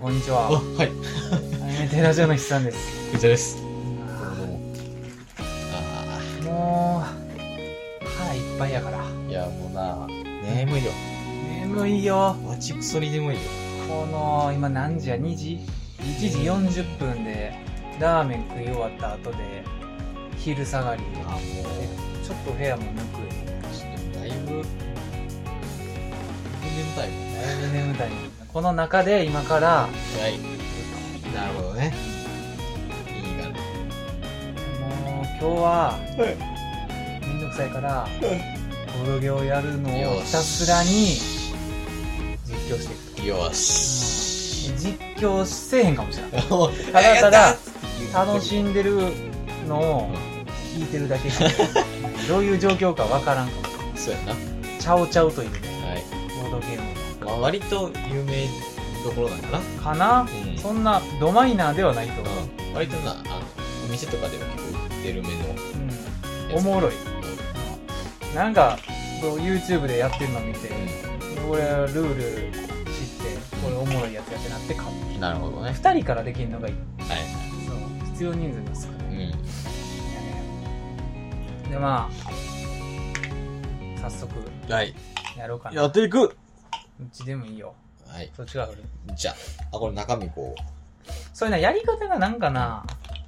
こんにちは。 はい。 アニメテラジオの筆さんです。 こちらです。 もう、腹いっぱいやから。 いや、もうな、眠いよ。 眠いよ。 マジクソに眠いよ。 この、今何時や ?2 時 ?1 時40分で、ラーメン食い終わった後で、昼下がり。 もう、 ちょっと部屋もぬくい。 だいぶ眠たいもんね。 だいぶ眠たい。この中で今から、 はい。なるほどね。いいがね。 もう今日は、めんどくさいから、ボドゲをやるのをひたすらに実況していくと。 よし。 実況せえへんかもしれない。 たただ楽しんでるのを聞いてるだけで、どういう状況かわからんかもしれない。 そうやな。 チャオチャオというね、 はい。 ボードゲームまあ、割と有名どころなんかな。 かな、そんなドマイナーではないと思う。 割とな、お店とかでは結構売ってる目の。 おもろい。なんか、YouTube でやってるの見て、俺はルール知って、これおもろいやつやってなって買う。 なるほどね。 2人からできるのがいい。 はい。 そう。必要人数が少ない。で、まあ、早速、 はい。 やろうかな。 やっていく。 うちでもいいよ。 はい。 そっちが振る。 じゃあ、これ中身こう。 そういうな、やり方がなんかな、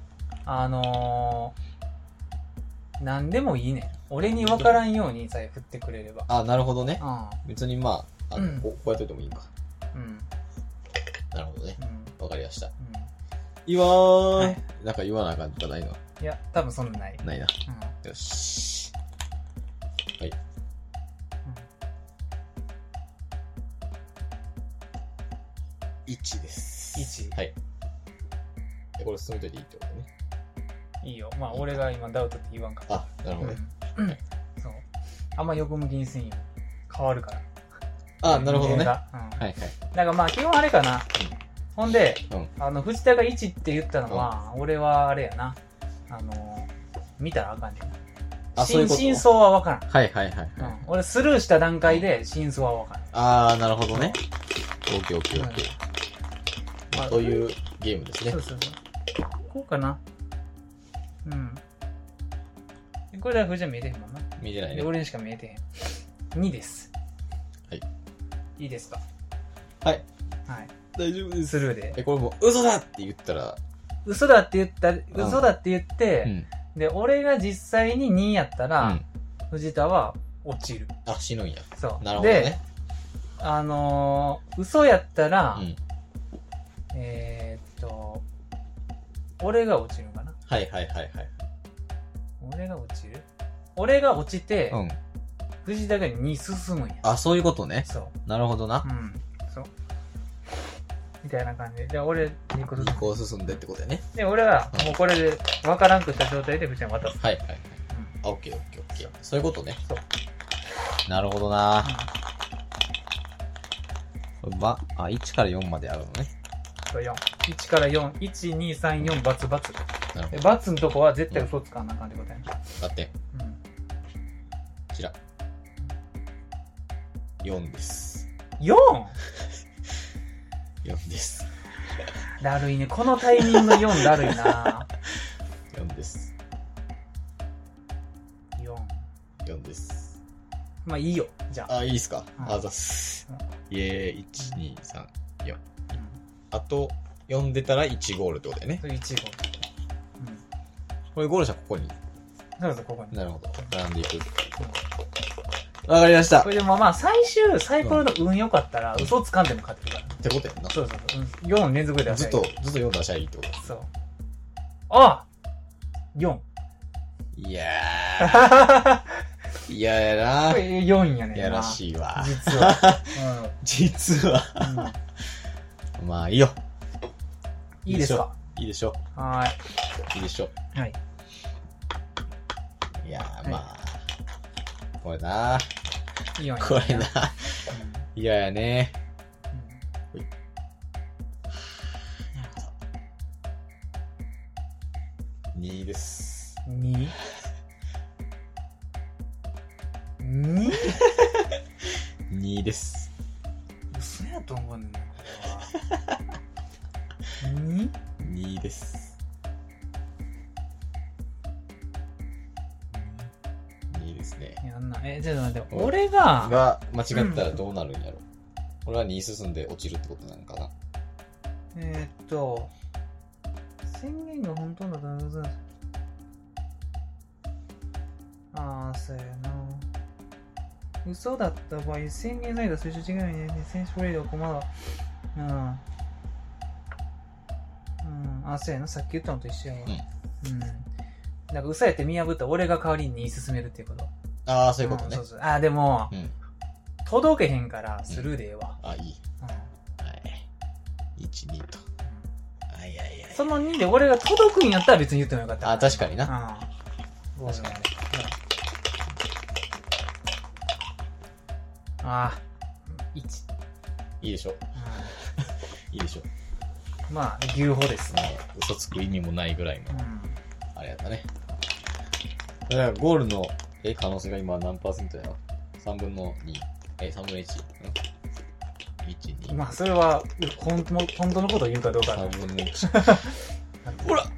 なんでもいいねん。俺に分からんようにさえ振ってくれれば。 あ、なるほどね。 うん。 別にまあ、こうやっといてもいいんか。 うん。 なるほどね。わかりました。 うん。 なんか言わなあかんとかないの？ いや、多分そんなない。 ないな。 うん。 よし。はい。1です。 1。 はい。これ進めといていいってことね。 いいよ。まあ、俺が今ダウトって言わんかった。 あ、なるほどね。 そう。あんま横向きにせんよ。変わるから。 あ、なるほどね。はいはい。 だからまあ、基本あれかな。ほんで、藤田が1って言ったのは、俺はあれやな。見たらあかんねん。真相はわからん。 はいはいはい。 俺スルーした段階で真相はわからん。 あー、なるほどね。オッケーオッケーオッケー。というゲームですね。 そうそうそう。こうかな。うん。これでは藤田見えてへんもんな。 見えてないね。 俺にしか見えてへん。2です。 はい。 いいですか？ はい。 はい。 大丈夫です。 スルーで。 これもう嘘だって言ったら。 嘘だって言って、で、俺が実際に2やったら、藤田は落ちる。 あ、死ぬんや。 そう。 なるほどね。 で、嘘やったら、俺が落ちるかな。 はいはいはいはい。 俺が落ちる？俺が落ちて、藤田が2進むんや。 あ、そういうことね。 そう。 なるほどな。 そう。みたいな感じで。で、俺2個進んでってことやね。 で、俺はもうこれで分からんくした状態で藤田に渡す。 はいはいはい。あ、オッケーオッケーオッケー。そういうことね。そう。なるほどな。1から4まであるのね。 4。1から4。1、2、3、4、×、×。 なるほど。 ×のとこは絶対嘘つかんなあかんってことやね。 だって。こちら。4です。 4?4 です。 だるいね。このタイミング4だるいな。 4です。4です。 まあいいよ。じゃあ。 いいっすか。あざっす。1、2、3、4。あと、4出たら1ゴールってことだよね。 1ゴール。 これゴールしたらここに。 そうそう、ここに。 なるほど。並んでいく。わかりました。 これでもまあサイコロの運良かったら嘘つかんでも勝てるから。 ってことやんな。 そうそうそう。4連続で出したらいい。 ずっと4出したらいいってこと。 そう。あ !4。 いやー。嫌やな。 これ4やねんな。 やらしいわ。 実は。 実は。まあいいよ。 いいですか？ いいでしょ。 はい。 いいでしょ。 はい。 いやー、まあ。これな。これな。嫌やね。なるほど。2です。 2？ 2？ 2です。 嘘やと思うねんな、これは。 2です。2ですね。 やんな。ちょっと待って、俺が間違ったらどうなるんやろ。俺は2進んで落ちるってことなのかな。 宣言が本当だったらそうやな。嘘だった場合、宣言された数字違いね。選手プレイでは困る。そうやな。さっき言ったのと一緒やわ。なんか嘘やって見破った俺が代わりに進めるっていうこと。 そういうことね。 でも、届けへんからスルーでええわ。 いい。はい。1、2と。 その2で俺が届くんやったら別に言ってもよかった。 確かにな。 確かに。1。 いいでしょ。いいでしょ。 まあ、牛歩ですね。 嘘つく意味もないぐらいの。あれやったね。だからゴールの可能性が今何%やろ ?3 分の2。3分の1。1、2。 まあ、それは、本当のことを言うかどうか。 3分の1。ほら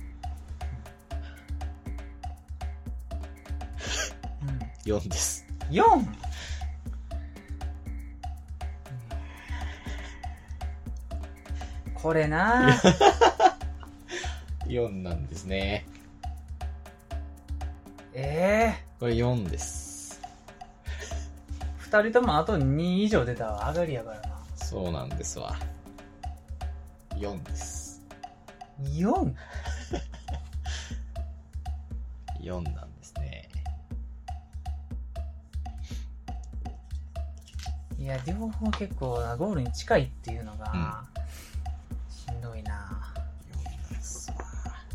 4です。 4？これな 4なんですね。これ4です。 2人ともあと2以上出たら上がりやからな。 そうなんですわ。4です。 4？ 4なんですね。 いや、両方結構ゴールに近いっていうのが、しんどいな。 4なんですわ。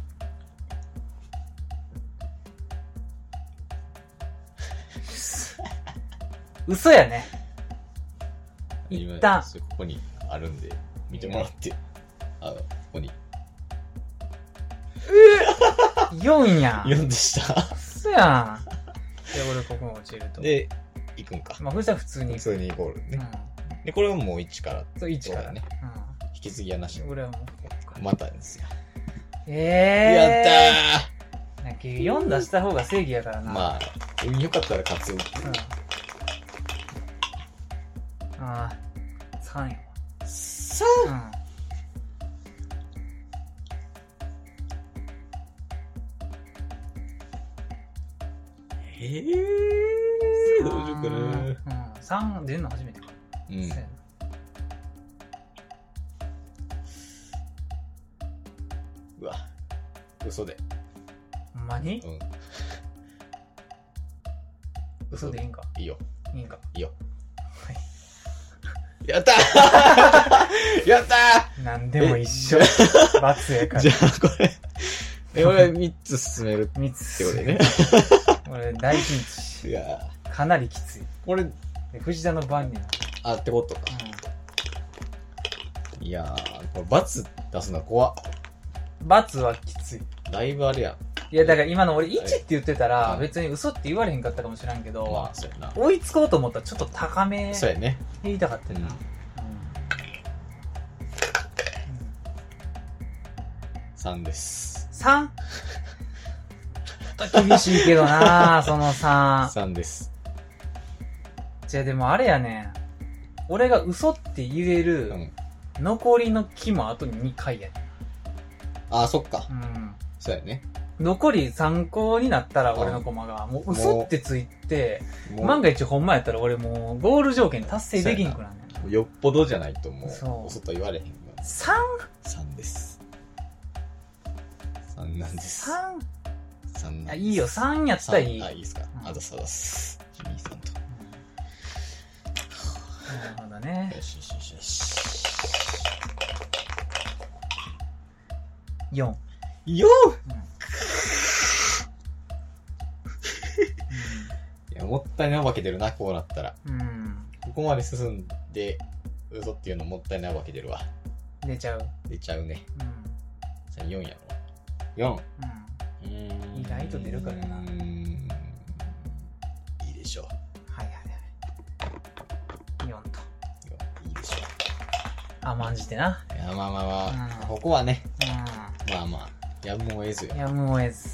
嘘やね。一旦ここにあるんで見てもらって、ここに 4やん。 4でした。 嘘やん。で、俺ここに落ちると。 で、行くんか。 まあ、そしたら普通に。 普通にゴールね。で、これはもう1から。 そう、1からね。引き継ぎはなし。 俺はもうここから。 またですよ。 やったー。なんか4出した方が正義やからな。 まあ、運良かったら勝つよっていう。 3やわ。 3？どうしようかな。 3出るの初めてか。 うわ、嘘で。 ほんまに？嘘でいいんか？ いいよ。 いいんか？ いいよ。 はい。 やったーやったーなんでも一緒。罰やから。 じゃあこれ。俺3つ進めるってことでね。 俺大ピンチ。いやかなりきつい。 これ、 藤田の番に。 ってことか。いやー、これ罰出すのは怖っ。 罰はきつい。 だいぶあれやん。 いや、だから今の俺1って言ってたら、別に嘘って言われへんかったかもしれんけど、 まあ、そうやな。 追いつこうと思ったらちょっと高め。 そうやね。 言いたかったよな。 3です。 3？ 厳しいけどなその3。 3です。 じゃあでもあれやねん。俺が嘘って言える、残りの期もあと2回やねん。 そっか。そうやね。 残り3個になったら俺のコマが、もう嘘ってついて、万が一ほんまやったら俺もうゴール条件達成できんくなんねん。よっぽどじゃないともう、嘘と言われへん。3です。3なんです。3？ いいよ、3やったらいい。 いいですか。あざす。ジミーさんと。 なるほどね。 よし。 4。 いや、もったいないわけ出るな、こうなったら。ここまで進んで、嘘っていうのもったいないわけ出るわ。 出ちゃうね。4やろ。4。 意外と出るからな。 いいでしょう。 はい。4と。 いいでしょう。 甘んじてな。 いや、まあまあまあ、ここはね、まあまあ、やむを得ずよ。 やむを得ず。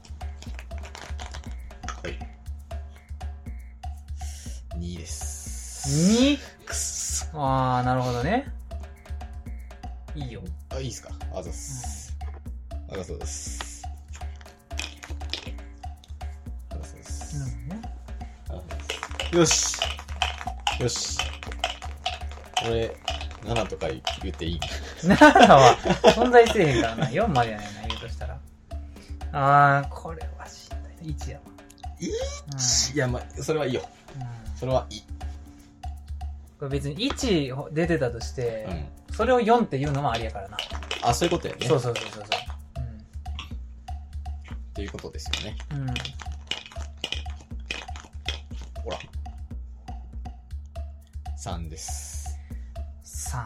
はい。2です。 2？ くっそ。 ああ、なるほどね。いいよ。 あ、いいっすか。あざっす。あざそうです。あざそうです。よし。よし。俺、7とか言っていい？ 7 は存在せえへんからな。4までやねんな、言うとしたら。あー、これはしんどい。1やわ。 いや、まあ、それはいいよ。それはいい。 これ別に1出てたとして、それを4って言うのもありやからな。 あ、そういうことやね。 そう。 っていうことですよね。ほら。3です。 3？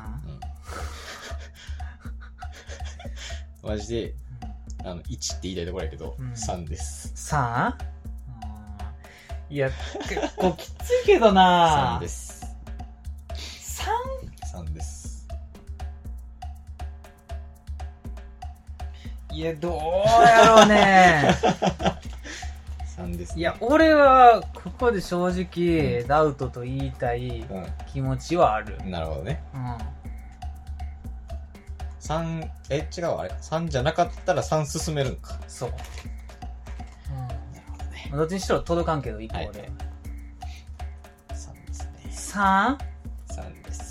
マジで、1って言いたいところやけど、3です。 3？いや、結構きついけどな 3です。3です。 いや、どうやろうね 3です、ね。 いや、俺は、ここで正直、ダウトと言いたい気持ちはある。 なるほどね。3、違うわ、あれ ?3 じゃなかったら3進めるんか。 そう。なるほどね。どっちにしろ届かんけど、1個で。 3ですね。 3？ 3です。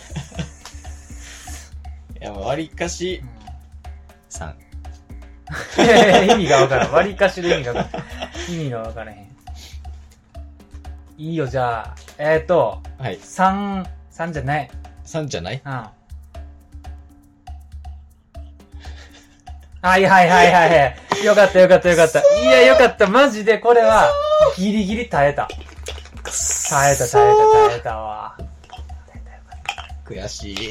いや、もう割りかし、3。 いやいや、意味がわからん。割りかしで意味がわからん。意味がわからへん。いいよ、じゃあ。はい。3じゃない。 3じゃない？ はい。よかった。いや、よかった。マジでこれは、ギリギリ耐えた。耐えたわ。 悔しい。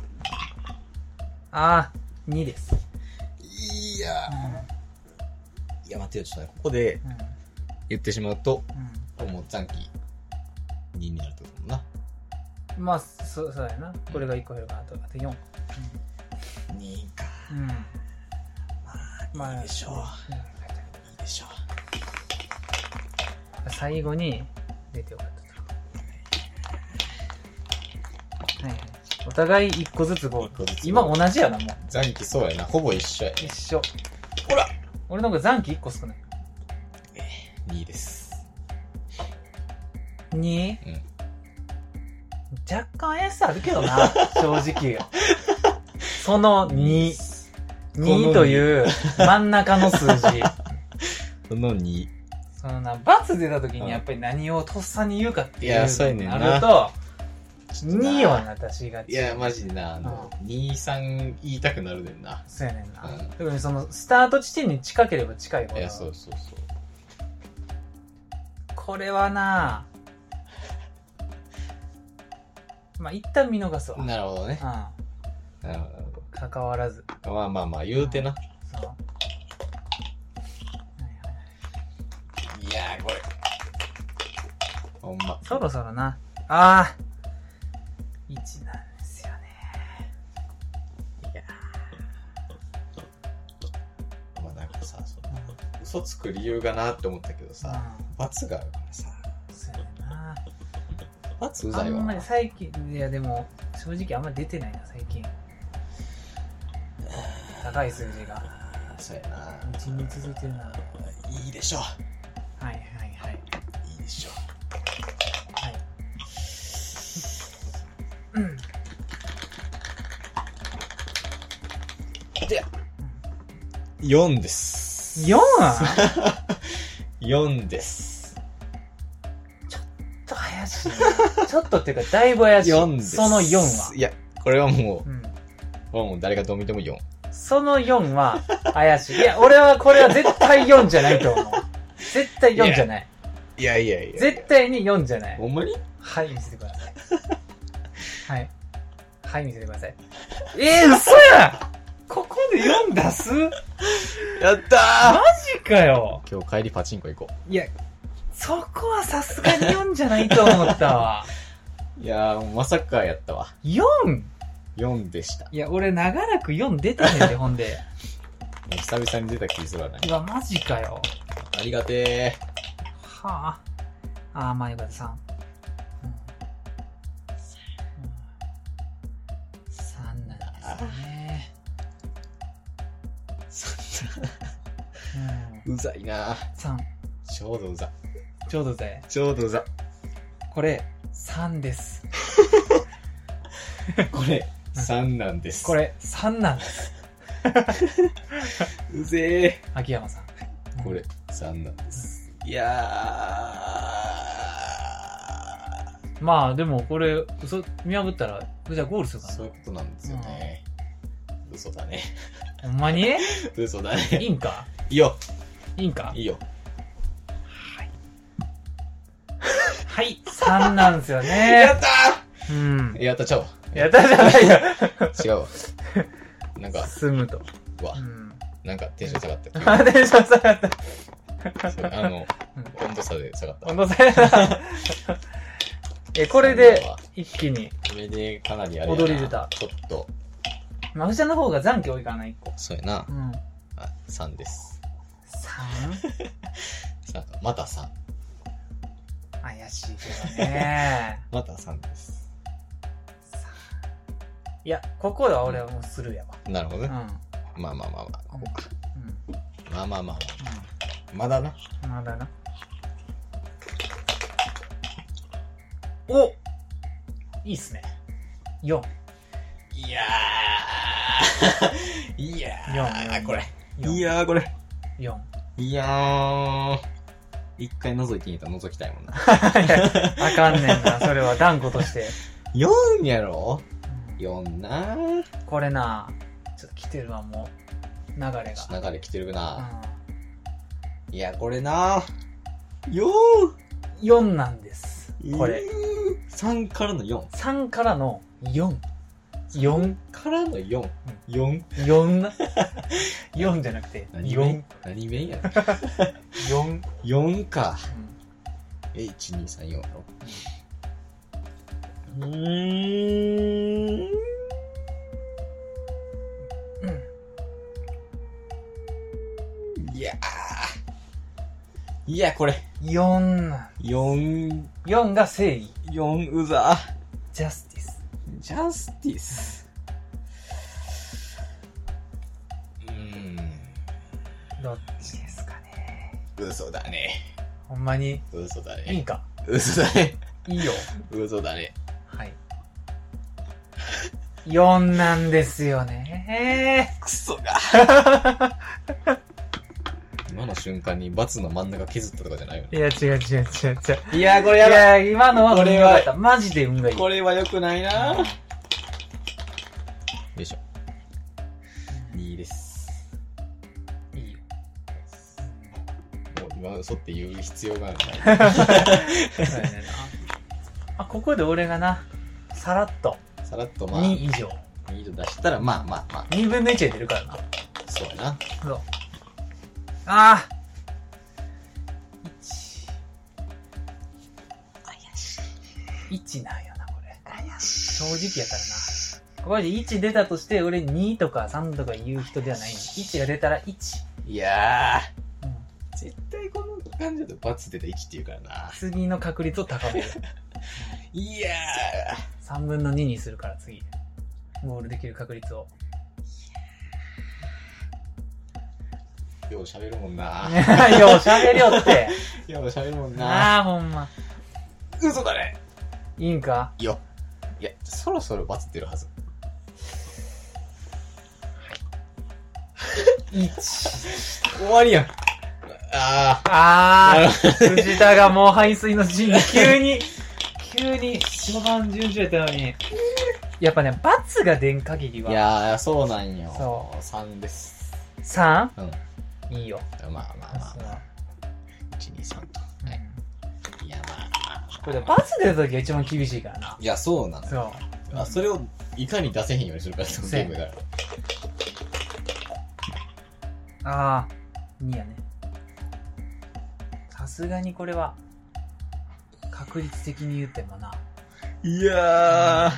2です。 いや、待ってよ、ちょっとね、ここで言ってしまうと、もう残機2になるってこともな。 まあ、そうやな。これが1個減るかなと。あと4。 2か。まあ、いいでしょう。いいでしょう。最後に出てよかったと。はい。お互い1個ずつゴール。今同じやな、もう。 残機そうやな。ほぼ一緒やね。 一緒。 ほら！ 俺の方が残機1個少ない。 2です。 2？若干怪しさあるけどな、正直。その2。2という真ん中の数字。 その2。 そのな、×出た時にやっぱり何をとっさに言うかっていうのになると、2はな、私が。 いや、マジでな、2、3言いたくなるねんな。 そうやねんな。特にその、スタート地点に近ければ近いほど。 いや、そう。 これはな、まあ、一旦見逃すわ。 なるほどね。なるほど。 関わらず。 まあ、言うてな。 そう。 いやー、これ。ほんま。 そろそろな。1なんですよね。 いやー。まあなんかさ、嘘つく理由がなって思ったけどさ、罰があるからさ。 そうやな。 罰うざいわ。 あんまり最近、いやでも、正直あんまり出てないな、最近。高い数字が。 そうやな。 1に続いてるな。 いいでしょう。 はい。 いいでしょう。 はい。 で、4です。 4？ 4です。 ちょっと怪しい。ちょっとっていうか、だいぶ怪しい。 4です。 その4は。 いや、これはもう誰がどう見ても4。 その4は怪しい。いや、俺はこれは絶対4じゃないと思う。絶対4じゃない。 いや。 絶対に4じゃない。 ほんまに？ はい、見せてください。はい、見せてください。嘘や！ここで4出す？ やったー！ マジかよ！ 今日帰りパチンコ行こう。いや、そこはさすがに4じゃないと思ったわ。 いやー、まさかやったわ。 4?4 でした。 いや、俺長らく4出てへんで、ほんで。 久々に出た気するわな。 うわ、マジかよ。 ありがてはあ。まあよかった、3。3なんですね。 うざいな。 3。 ちょうどうざ。 ちょうどぜ。 ちょうどうざ。 これ、3です。 これ、3なんです。 これ、3なんです。 うぜ秋山さん。 これ、3なんです。いやー。まあ、でもこれ、見破ったら、じゃあゴールするかな。 そういうことなんですよね。嘘だね。 ほんまに嘘だね。 いいんかいいよ。 いいんかいいよ。 はい、3なんですよね。 やったーやったちゃうわ。 やったじゃないよ。 違うわ。なんか、 進むと。 なんかテンション下がった。 テンション下がった。 温度差で下がった。 温度差やな。これで、一気に。 これでかなりあれやな。 踊り出た。 ちょっと。 まあ、ふちゃんの方が残機多いからな、1個。 そうやな。3です。 3? また3。 怪しいけどね。 また3です。 いや、ここでは俺はもうスルーやわ。 なるほどね。まあ、ここか。まあ。まだな。 まだな。おいいっすね。4。 いやー、これ。 4。 いやー、これ。 4。 いやー。一回覗いてみたら覗きたいもんな。 あかんねんな、それは断固として。 4やろ ?4 なー。 これな、ちょっと来てるわ、もう。流れが。 流れ来てるな。いや、これなー。 4なんです。これ。 3からの4。 3からの4。4 からの4。4。 4な。4じゃなくて、4。 何弁やろ。 4。 4か。1、2、3、4やろ。いや、これ。 4なん。4が正義。 4うざ。 ジャスティス。 ジャスティス。 どっちですかね。 嘘だね。 ほんまに。 嘘だね。 いいか。 嘘だね。 いいよ。 嘘だね。 はい。4なんですよね。 クソが。今の瞬間に×の真ん中削ったとかじゃないよね。 いや、違う。 いや、これやばい。 いや、今のは運が良かった。マジで運がいい。 これは良くないな。よいしょ。2です。 いいよ。 もう今嘘って言う必要がない。 そうやねな。ここで俺がな、さらっとまあ。 2以上。 2以上出したら、まあ。 2分の1で出るからな。 そうやな。 そう。1。怪しい。1なんよな、これ。怪しい。正直やからな。ここで1出たとして、俺2とか3とか言う人ではないんで。1が出たら1。 いやー。絶対この感じだと×出た1って言うからな。 次の確率を高める。 いやー。3分の2にするから次。ゴールできる確率を。 よう喋るもんな。 よう喋りよって。 よう喋るもんな。 ほんま。 嘘だね。 いいんかいや、そろそろ×出るはず。 1。 終わりやん。 藤田がもう排水の陣に急に序盤順調やったのに。やっぱね、×が出ん限りは。 いやー、そうなんよ。 そう。 3です。 3? いいよ。 まあ。1、2、3と。はい。いや、まあ。 これ、×出るときが一番厳しいからな。 いや、そうなのよ。 そう。 それをいかに出せへんようにするかっていうゲームだから。 2やね。さすがにこれは、確率的に言ってもな。 いや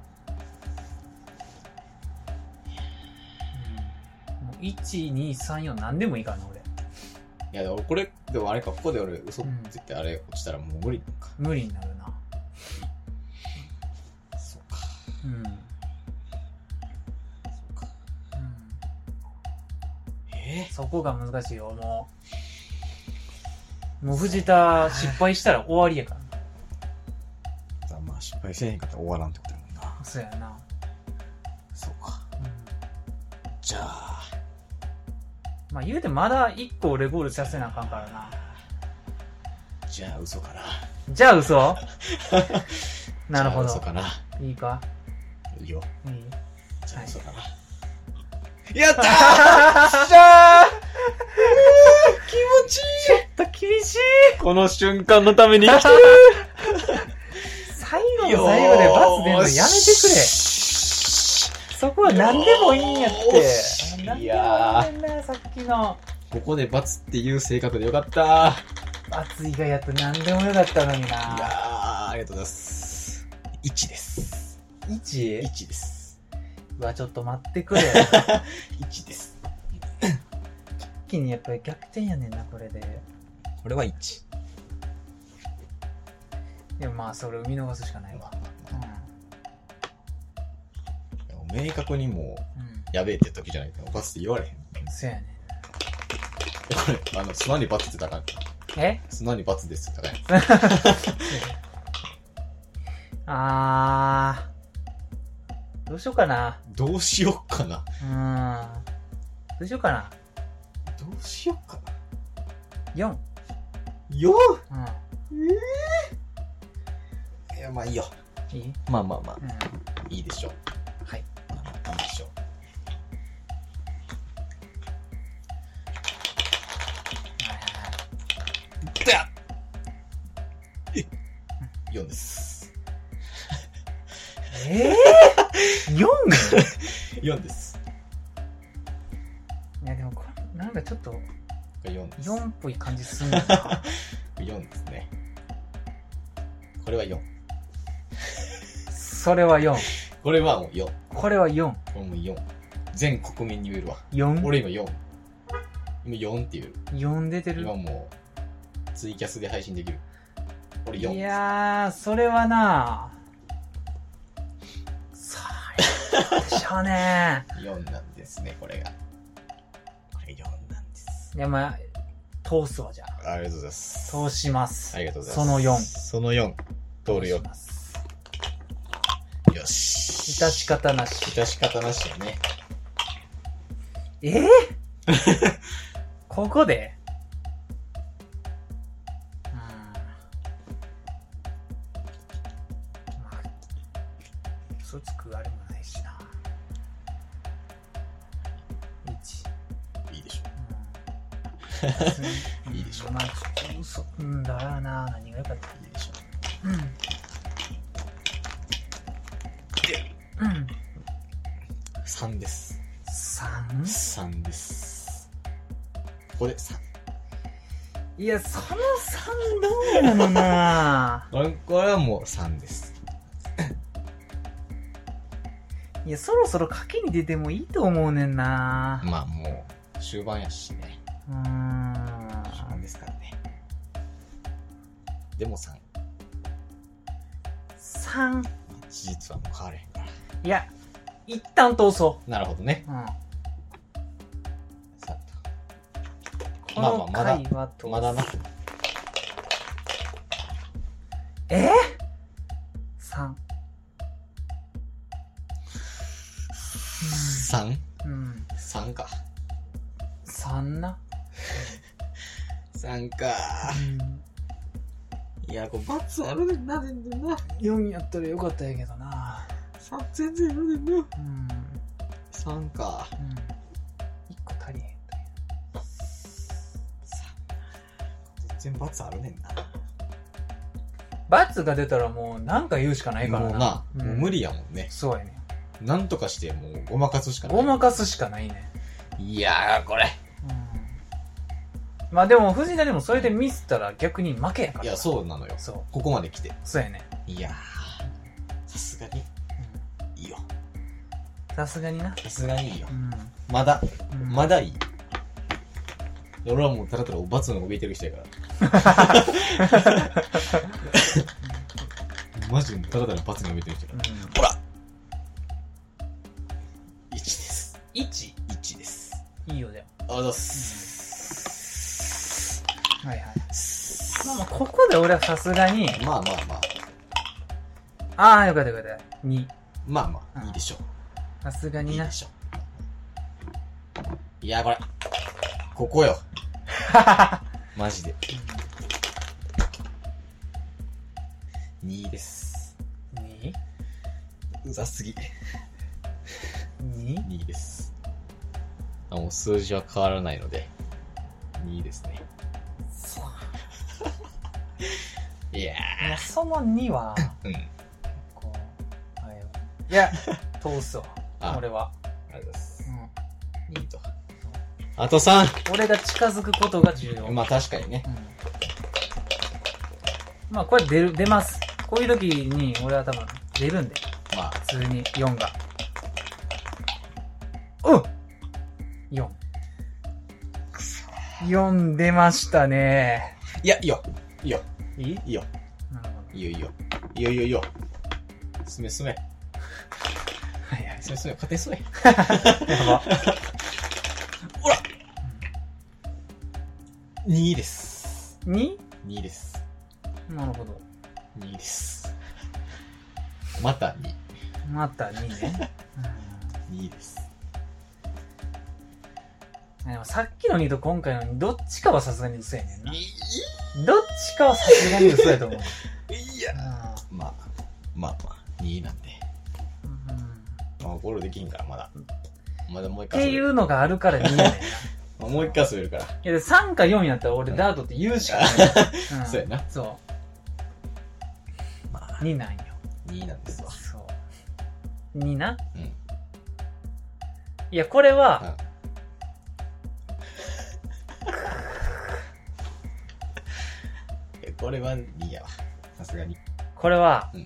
もう1、2、3、4何でもいいからな、俺。 いや、でもこれ、でもあれか、ここで俺嘘って言ってあれ落ちたらもう無理か。 無理になるな。 そうか。 うん。 そうか。 そこが難しいよ、もう。もう藤田失敗したら終わりやからな。 まあ失敗せえへんかったら終わらんってことやもんな。 そうやな。 そうか。じゃあ。 まあ言うてまだ1個俺ゴールさせなあかんからな。 じゃあ嘘かな。 じゃあ嘘なるほど。 じゃあ嘘かな。 いいかいいよ。 いいじゃあ嘘かな。やったーしゃー気持ちいい。 ちょっと厳しい。 この瞬間のために生きてる。 最後の最後で罰出るのやめてくれ。そこは何でもいいんやって。 いやー。なさっきの。 ここで罰っていう性格でよかった。 罰以外やったら何でもよかったのにな。 いやー、ありがとうございます。1です。 1？ 1です。 うわ、ちょっと待ってくれ。 1です。 一気にやっぱり逆転やねんな、これで。 これは1。 でもまあ、それを見逃すしかないわ。 明確にもう、やべえって時じゃないから、罰って言われへん。 そうやねん。 これ、砂に罰って言ったらあかん。砂に罰ですって言ったらあかん。 どうしようかな。 どうしよっかな。 どうしようかな。 どうしよっかな。 4。 4？ いや、まあいいよ。 いい？ まあまあまあ。いいでしょう。 はい。 いいでしょう。4です。 4？ 4です。 いやでもこれなんかちょっと 4 っぽい感じすんな。 4ですね。これは4。 それは4。 これはもう4。 これは4。 これも4。全国民に言えるわ。 4？ 俺今4。今4って言える。 4出てる。 今もうツイキャスで配信できる。俺4。 いやー、それはなそうでしょうね。 4なんですね、これが。これ4なんです。 いや、まあ、通すわ、じゃあ。 ありがとうございます。 通します。 ありがとうございます。 その4。 その4。通るよ。 通します。 よし。 致し方なし。 致し方なしやね。 ここでまあ、嘘つくあれもないしな。1。 いいでしょいいでしょ。まあ、ちょっと嘘。だからな、何が良かったらいいでしょ。 3です。3 3？ 3です。ここで3。 いや、その3どうなのな。 これはもう3です。 いや、そろそろ賭けに出てもいいと思うねんな。 まあもう、終盤やしね。終盤ですからね。でも3。 3。 事実はもう変われへんから。 いや、一旦通そう。なるほどね。 さあまあまあ、まだ、まだな。 3。 3？ 3か。 3な。 3か。いや、これ罰あるねんな、全然な。 4やったらよかったんやけどな。 3全然あるねんな。3か。 1個足りへんという。 全然罰あるねんな。 罰が出たらもうなんか言うしかないからな。 もうな、もう無理やもんね。 そうやね。 なんとかしてもうごまかすしかない。 ごまかすしかないね。 いやー、これ。 まあでも藤田でもそれでミスったら逆に負けやから。 いや、そうなのよ。 そう。 ここまで来て。 そうやね。 いやさすがにいいよ。 さすがにな。 さすがにいいよ。 うん。 まだ、 うんまだいい。俺はもうただただお罰の怯えてる人やから。マジでただただ罰に怯えてる人やから。ほら !1 です。 1?1 1です。 いいよ、でも。 ありがとうございます。 はいはい。まあまあ、ここで俺はさすがに、 まあまあまあ。 ああ、よかったよかった。2。 まあまあ、いいでしょう。 さすがにな。 いいでしょう。いや、これ。ここよ。マジで。2です。 2? うざすぎ。 2? 2です。もう数字は変わらないので、2ですね。いやいや、その2は、 ー。うん。 こう、あれよ。いや、通すわ。 あ俺は。 ありがとうございます。 うん。 2と。あと 3! 俺が近づくことが重要。 まあ確かにね。 うん。まあこれ出ます。こういう時に俺は多分出るんで。 まあ。 普通に4が。うん !4。4出ましたね。 いや、いいよ。いいよ。 いい？ いいよ。 なるほど。 いいよいいよ。いいよいいよいいよ。進め進め。 はいはい。 進め進め。勝手に進め。 やば。 ほら !2 です。 2? 2です。 なるほど。 2です。また2。 また2ね。 2です。 でもさっきの2と今回の2、どっちかはさすがに嘘やねんな。 いどっちかはさすがに嘘やと思う。 や。まあ、まあまあ、2なんで。まあ、ゴールできんから、まだ。まだもう一っ回。 ていうのがあるから2やねんな。 もう一回滑るから。 いや、3か4やったら俺ダートって言うしかない。 そうやな。 そまあ、 う。2なんよ。 2なんですわ。 そう。2な。 うん。 いや、これは、 これは2やわ。さすがに。 これは、 うん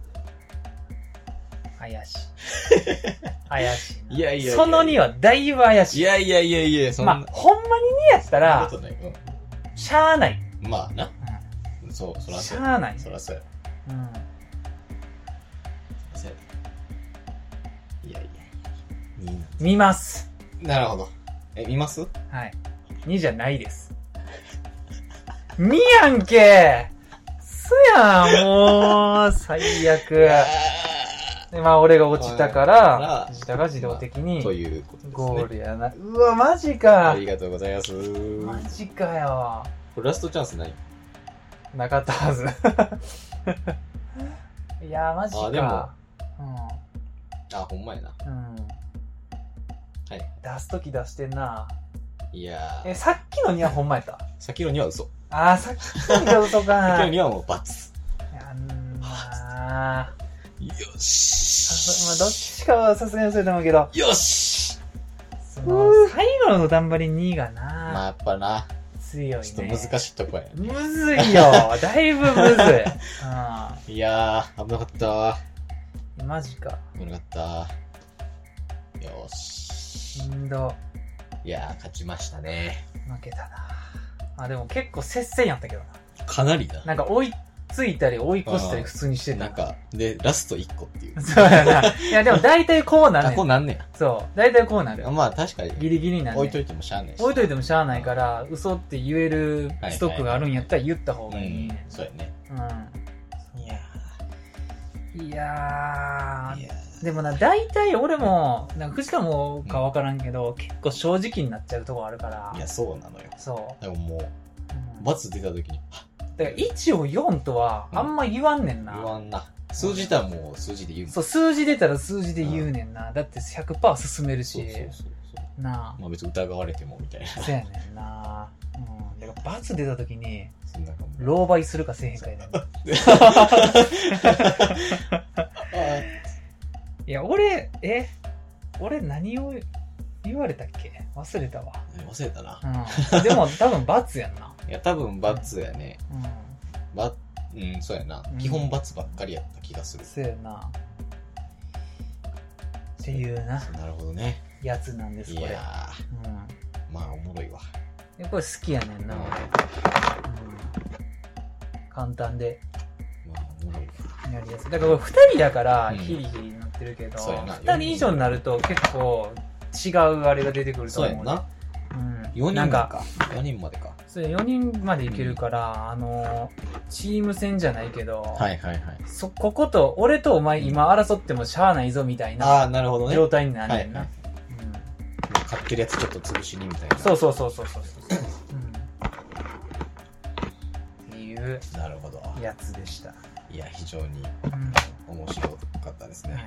怪しい。怪しいな。 いやいやいやその2はだいぶ怪しい。 いやいやいやいや、そんな。 まあ、ほんまに2やったそんならこ、とない。 しゃーない。 まあな。そう、そらしそうや。 ゃーない。 そらそうや。 うん。 そうや。いやいや。2なん見ます。 なるほど。見ますはい。2じゃないです。2やんけすやん、もう、最悪。で、まあ、俺が落ちたから、藤田が自動的に、 ということですね。 ゴールやな。うわ、マジか。 ありがとうございます。 マジかよ。 これラストチャンスないなかったはず。いや、マジか。 あでもうほんまやな。 ん。うん。 はい。 出すとき出してんな。 いやー。 さっきの2はほんまやった先の2は嘘。 あー、さっきの2が嘘か。 先の2はもう罰。 やんなよましあ、どっちかはさすがに嘘やと思うけど、 よしその、最後の頑張り2がな、 まあやっぱな、 強いね。 ちょっと難しいとこやね。 むずいよ。だいぶむずい。 いやー、危なかったうん。マジか。 危なかったよし。 しんど。 いやー、勝ちましたね。 負けたな。あ、でも結構接戦やったけどな。 かなりだ。 なんか追いついたり追い越したり普通にしてた。 なんか、で、ラスト1個っていう。 そうやな。いやでも大体こうなんねん。 こうなんねそう。大体こうなるや。。まあ確かに。 ギリギリなんねん。 置いといてもしゃあないし。 置いといてもしゃあないから、嘘って言えるストックがあるんやったら言った方がいいねん。 そうやね。 うん。 いやいやー。いやー。でもな、大体俺も、なんか藤田もかわからんけど、結構正直になっちゃうとこあるから。 いや、そうなのよ。 そでももう、 う。うん罰出た時に、 だから1を4とはあんま言わんねんな。 言わんな。数字とはもう数字で言う。 そう、数字出たら数字で言うねんな。だって 100% 進めるし。 そう。 なあ。 まあ別に疑われてもみたいな。 そうやねんな。うん。だから罰出た時に、 そんな感じ。 狼狽するかせえへんかやねん。いや、俺何を言われたっけ忘れたわ。 忘れたな。 うん。でも多分罰やんな。 いや、多分罰やね。 うん。 罰うん、そうやな。 うん基本罰ばっかりやった気がする。 そうやな。っていうな、 なるほどね。 やつなんです、これ。 いやー、まあおもろいわ。 でこれ好きやねんな、俺。簡単でまあおもろいわ。 やりやすい。だからこれ2人だからうんヒリヒリになってるけど、 そうやな 2人以上になると結構違うあれが出てくると思う、ね。 そうやんな。4人なんか。4人までか。 それ4人までいけるから、チーム戦じゃないけど、 はいはいはい。 ここと俺とお前今争ってもしゃあないぞみたいああ、 ななるほどね。 状態になるねんな。 はい買ってるやつちょっと潰しにみたいな。 そうそうそうそうそう。っていうなるほど。 やつでした。 いや、非常に面白かったですね。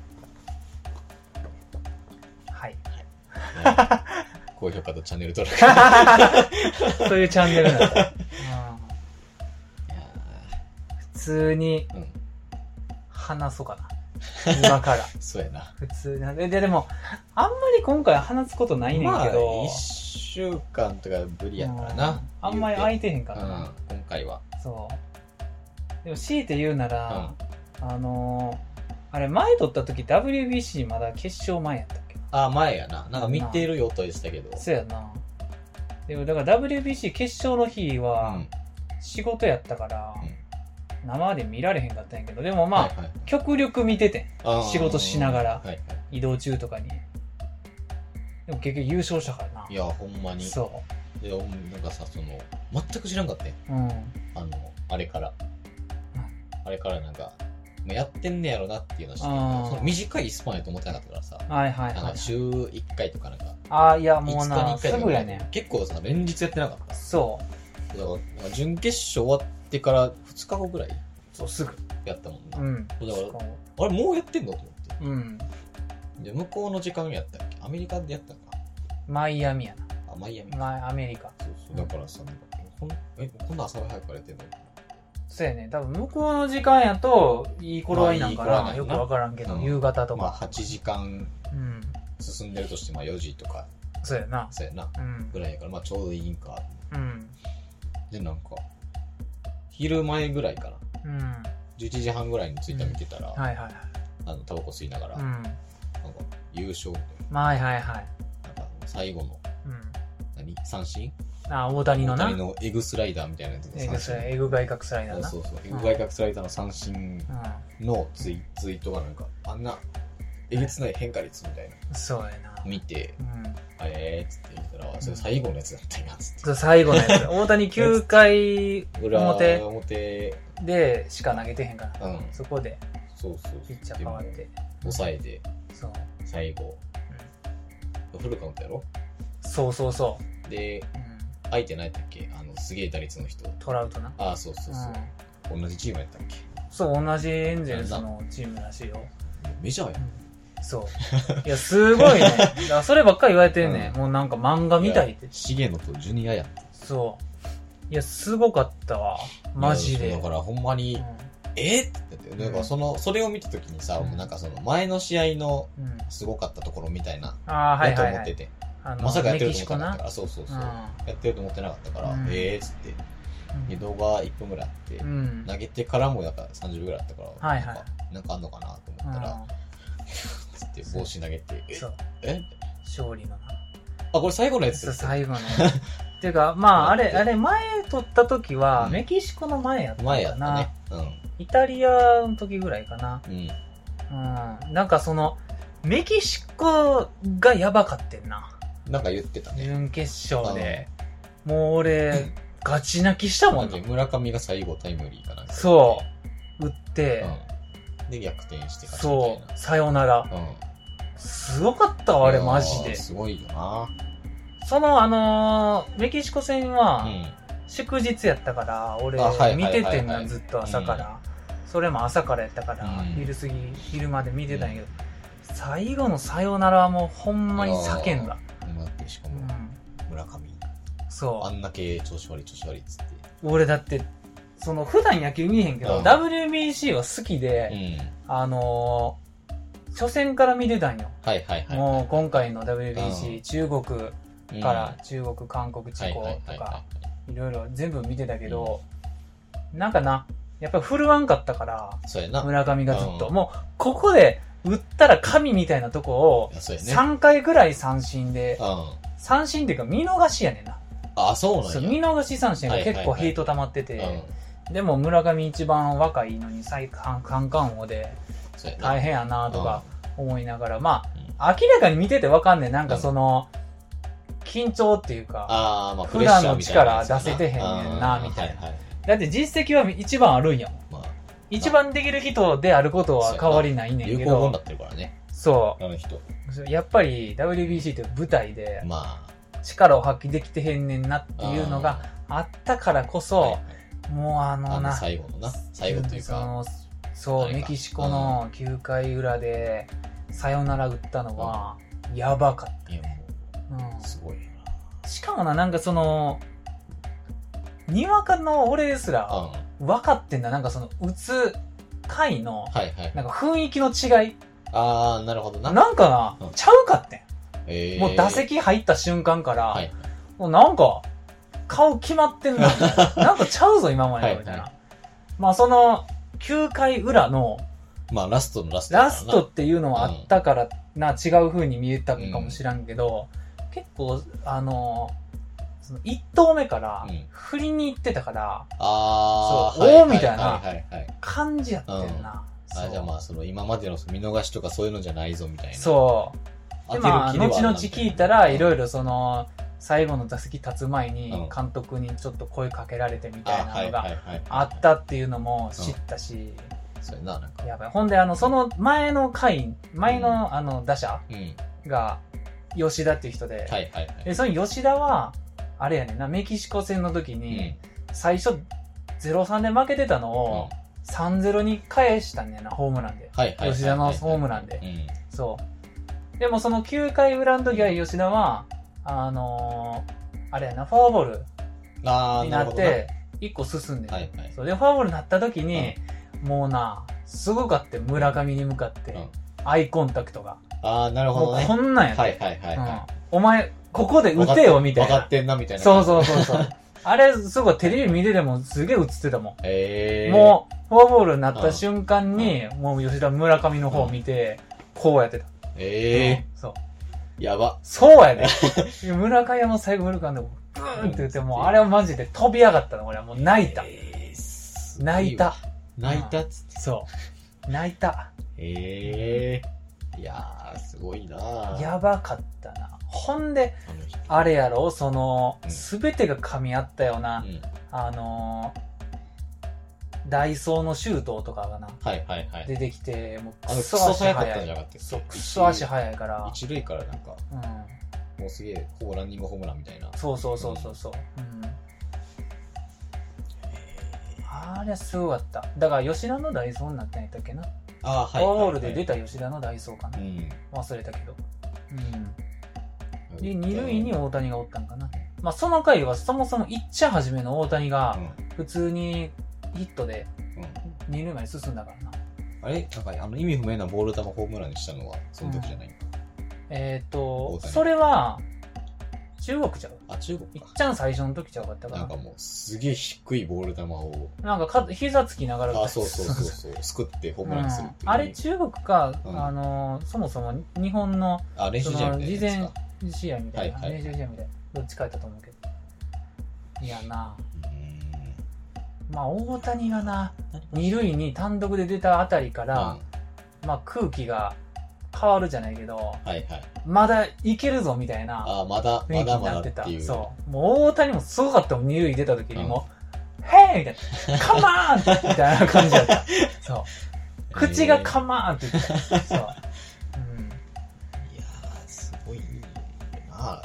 はい。 高評価とチャンネル登録。 そういうチャンネルなんだ。 いや普通にーうん。 話そうかな。今から。 そうやな。 普通に。でも、あんまり今回話すことないねんけど。 まあ、1週間とかぶりやからな。 あんまり空いてへんからな。 今回は。 そう。でも強いて言うなら、あれ前撮った時 WBC まだ決勝前やったっけ？ あ、前やな。なんか見てる予定でしたけど。 そうやな。でもだから WBC 決勝の日は仕事やったから、生で見られへんかったんやけど、でもまあ、極力見ててん。仕事しながら、移動中とかに。でも結局優勝したからな。 いや、ほんまに。 そう。 で、なんかさ、全く知らんかったね。あれから。あれからなんか、やってんねやろなっていうのは知ってるけど、その短いスパンやと思ってなかったからさ。 はいはいはい。 週1回とかなんか。 いやもうな、すぐやねん。 結構さ、連日やってなかった。 そう。 だから、準決勝終わってから2日後ぐらいそう、すぐ。 やったもんな。だから、あれもうやってんのと思って。で、向こうの時間やったっけ？アメリカでやったか？ マイアミやな。 マイアミ。 アメリカ。 そうそう。だからさ、こんな朝早くからやってんの？ そうやね。多分向こうの時間やと、いい頃合いなんかな。よくわからんけど、夕方とか。 まあ、8時間進んでるとして、まあ4時とか。 そうやな。 そうやな。ぐらいやから、まあちょうどいいんか。で、なんか、昼前ぐらいかな。11時半ぐらいにツイッター見てたら、タバコ吸いながら、なんか、優勝みたいな。 はい。 なんか、最後の、三振？ 大谷のな。 大谷のエグスライダーみたいなやつの三振。 エグ外角スライダーな。 そう。エグ外角スライダーの三振のツイートがなんか、あんな、えげつない変化率みたいな。 そうやな。 見て、あれーっつって言ったら、それ最後のやつだったんやつって。 そう、最後のやつ。大谷9回表でしか投げてへんから。そこで、 そう。 ピッチャー変わって。 抑えで、最後。フルカウントやろ？ そう。 で、相手何やったっけ？すげえ打率の人。 トラウトな。 そう。同じチームやったっけ？ そう、同じエンゼルスのチームらしいよ。 メジャーやん。 そう。いや、すごいね。だからそればっかり言われてんね。もうなんか漫画みたいって。 重野とジュニアやん。 そう。いや、すごかったわ。マジで。 だからほんまに、って言って、なんかそれを見たときにさ、なんか前の試合のすごかったところみたいな、やと思ってて。まさかやってると思ってなかったから、そう。やってると思ってなかったから、つって、動画1分ぐらいあって、投げてからもなんか30秒ぐらいあったから、なんかあんのかなと思ったら、つって帽子投げて、 勝利のな。 これ最後のやつ？ 最後のやつ。っていうか、まあ、あれ前撮った時は、メキシコの前やったかな。前やったね。イタリアの時ぐらいかな。なんかメキシコがやばかってんな。 なんか言ってたね。 準決勝で。もう俺、ガチ泣きしたもんね。 村上が最後タイムリーかな。 そう。打って、 で、逆転して勝ちそう。さよなら。すごかったわ、あれ、マジで。 すごいよな。 メキシコ戦は、祝日やったから、俺、見ててんな、ずっと朝から。それも朝からやったから、昼まで見てたんやけど、最後のさよならはもうほんまに叫んだ。 しかも、村上。 そう。 あんだけ調子悪いっつって。 俺だって、普段野球見えへんけど、WBC は好きで、初戦から見てたんよ。もう今回の WBC、中国から、中国、韓国地方とか、いろいろ全部見てたけど、なんかな、 やっぱり振るわんかったから、 そうやな。 村上がずっと。もう、ここで打ったら神みたいなとこを、3回ぐらい三振で、三振っていうか見逃しやねんな。 あ、そうなんや。 見逃し三振が結構ヒート溜まってて、でも村上一番若いのにカンカン王で、大変やなとか思いながら、まあ、明らかに見ててわかんねん。なんかその、緊張っていうか、普段の力出せてへんねんな、みたいな。だって実績は一番あるんやもん。一番できる人であることは変わりないねんけど。 流行語になってるからね。 そう。 あの人。 やっぱり WBC って舞台で、力を発揮できてへんねんなっていうのがあったからこそ、もう最後のな。最後というか。 そう、メキシコの9回裏で、サヨナラ打ったのは、やばかった。 いや、もう、すごいな。 しかもなんかその、にわかの俺ですら、分かってんだ。なんかその、打つ回の、なんか雰囲気の違い。 ああ、なるほどな。 なんかな、ちゃうかってん。もう打席入った瞬間から、もうなんか、顔決まってんな、みたいな。なんかちゃうぞ、今までみたいな。まあその、9回裏の、 まあラストのラスト。 ラストっていうのはあったからな、違う風に見えたかもしらんけど、結構、その1投目から振りに行ってたから、そう、おーみたいな感じやってんな。 じゃあまあ、その今までの見逃しとかそういうのじゃないぞみたいな。 そう。でまあ、後々聞いたら、いろいろその、最後の打席立つ前に監督にちょっと声かけられてみたいなのがあったっていうのも知ったし、 そうやな、なんか。 やばい。ほんで、その前の回、前の打者が吉田っていう人で、で、その吉田は、あれやねんな、メキシコ戦の時に、最初 0-3 で負けてたのを 3-0 に返したんだよな、ホームランで。吉田のホームランで。そう。でもその9回裏の時は吉田は、あれやな、フォアボールになって、1個進んで、そうで、フォアボールになった時に、もうな、すごかって、村上に向かって、アイコンタクトが。 なるほどね。 もうこんなんやって。お前、ここで打てよ、みたいな。 分かってんな、みたいな。 そう。あれ、すごい、テレビ見ててもすげえ映ってたもん。もう、フォアボールになった瞬間に、もう吉田村上の方見て、こうやってた。そう。 やば。 そうやで。村上も最後フルカンで、ブーンって言って、もうあれはマジで飛び上がったの、俺はもう泣いた。泣いた。 泣いたっつって。 そう。泣いた。 いやー、すごいなー。 やばかったな。ほんで、あれやろ、その、すべてが噛み合ったような、ダイソーのシュートとかがな、出てきて、もうクソ足速い。そう、クソ足速いから。 一塁からなんか、もうすげえ、ほぼランニングホームランみたいな。 そう。あれすごかった。だから吉田のダイソーになったんやったっけな。フォアボールで出た吉田のダイソーかな。忘れたけど。で、二塁に大谷がおったんかな。まあその回はそもそも一ちゃ始めの大谷が、普通にヒットで、二塁まで進んだからな。 あれなんか意味不明なボール球ホームランにしたのは、その時じゃないのか。それは、中国ちゃう？ 中国いっちゃん最初の時ちゃうかったかな。 なんかもう、すげえ低いボール球を。 なんか膝つきながら。 そう。すくってホームランするっていう。 あれ中国か、そもそも日本の、 練習試合みたいな。 事前試合みたいな。練習試合みたいな。どっちかやったと思うけど。いやな。まあ大谷がな、二塁に単独で出たあたりから、まあ空気が変わるじゃないけど、まだいけるぞみたいな雰囲気になってた。そう。もう大谷もすごかったもん、二塁出た時にも、ヘイみたいな、カマーンみたいな感じだった。そう。口がカマーンって言ってた。そう。 いやー、すごいな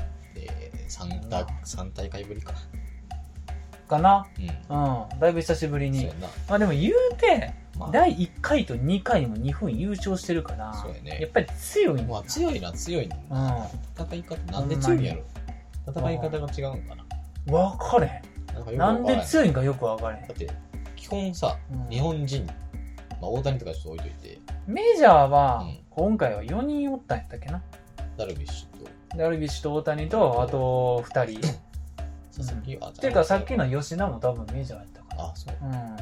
3大会ぶりか。 かな。だいぶ久しぶりに。まあでも言うて、第1回と2回も日本優勝してるから、やっぱり強いんだ。 強いな。戦い方、なんで強いんやろ。戦い方が違うんかな。 分かれへん。なんで強いんかよく分かれへん。 だって、基本さ、日本人、大谷とかちょっと置いといて。 メジャーは、今回は4人おったんやったっけな。 ダルビッシュと大谷と、あと2人。っていうかさっきの吉田も多分メジャーやったから。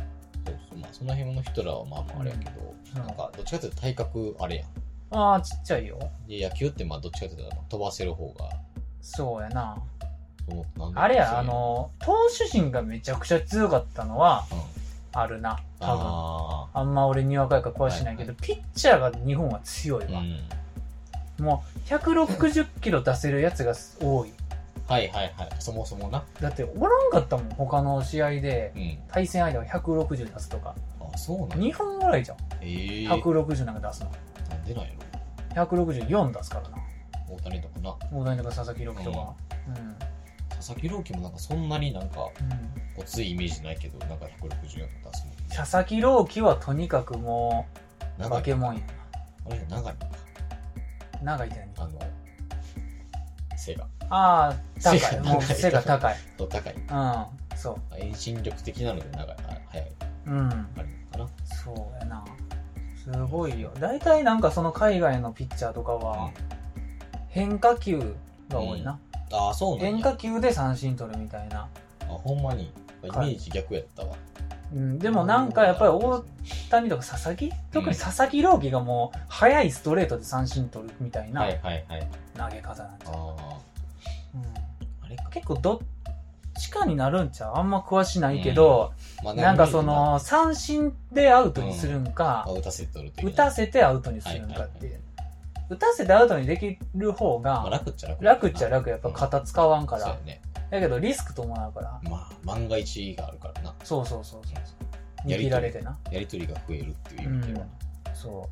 そうそう、まあその辺の人らはまあまああれやけど、なんかどっちかっていうと体格あれやん。 ああ、ちっちゃいよ。 で、野球ってまあどっちかっていうと飛ばせる方が、 そうやな。 なんであれや、投手陣がめちゃくちゃ強かったのは、あるな。多分。あんま俺にわかいから詳しないけど、ピッチャーが日本は強いわ。もう、160キロ出せるやつが多い。 はいはいはい。そもそもな。 だって、おらんかったもん。他の試合で、対戦相手が160出すとか。 あ、そうなんだ。 日本ぐらいじゃん。160なんか出すの。 なんでなんやろ。 164出すからな。 大谷とかな。 大谷とか佐々木朗希とか。 佐々木朗希もなんかそんなになんか、ごついイメージないけど、なんか164出すもん。 佐々木朗希はとにかくもう、化け物やな。 あれ長いのか。 長いって何？ 背が。 ああ、高い。もう背が高い。 高い。 そう。 遠心力的なので長い、速い。あるのかな。 そうやな。すごいよ。大体なんかその海外のピッチャーとかは、変化球が多いな。 ああ、そうなんや。 変化球で三振取るみたいな。 あ、ほんまに。イメージ逆やったわ。 でもなんかやっぱり大谷とか佐々木、特に佐々木朗希がもう速いストレートで三振取るみたいな投げ方なんちゃう。あれ結構どっちかになるんちゃう。あんま詳しないけど、なんかその三振でアウトにするんか、打たせてアウトにするんかっていう。打たせてアウトにできる方が楽っちゃ楽。 楽っちゃ楽。やっぱ肩使わんから。だけどリスク伴うから。 まあ万が一があるからな。 そう。握られてな。 やりとりが増えるっていう意味では。 そう。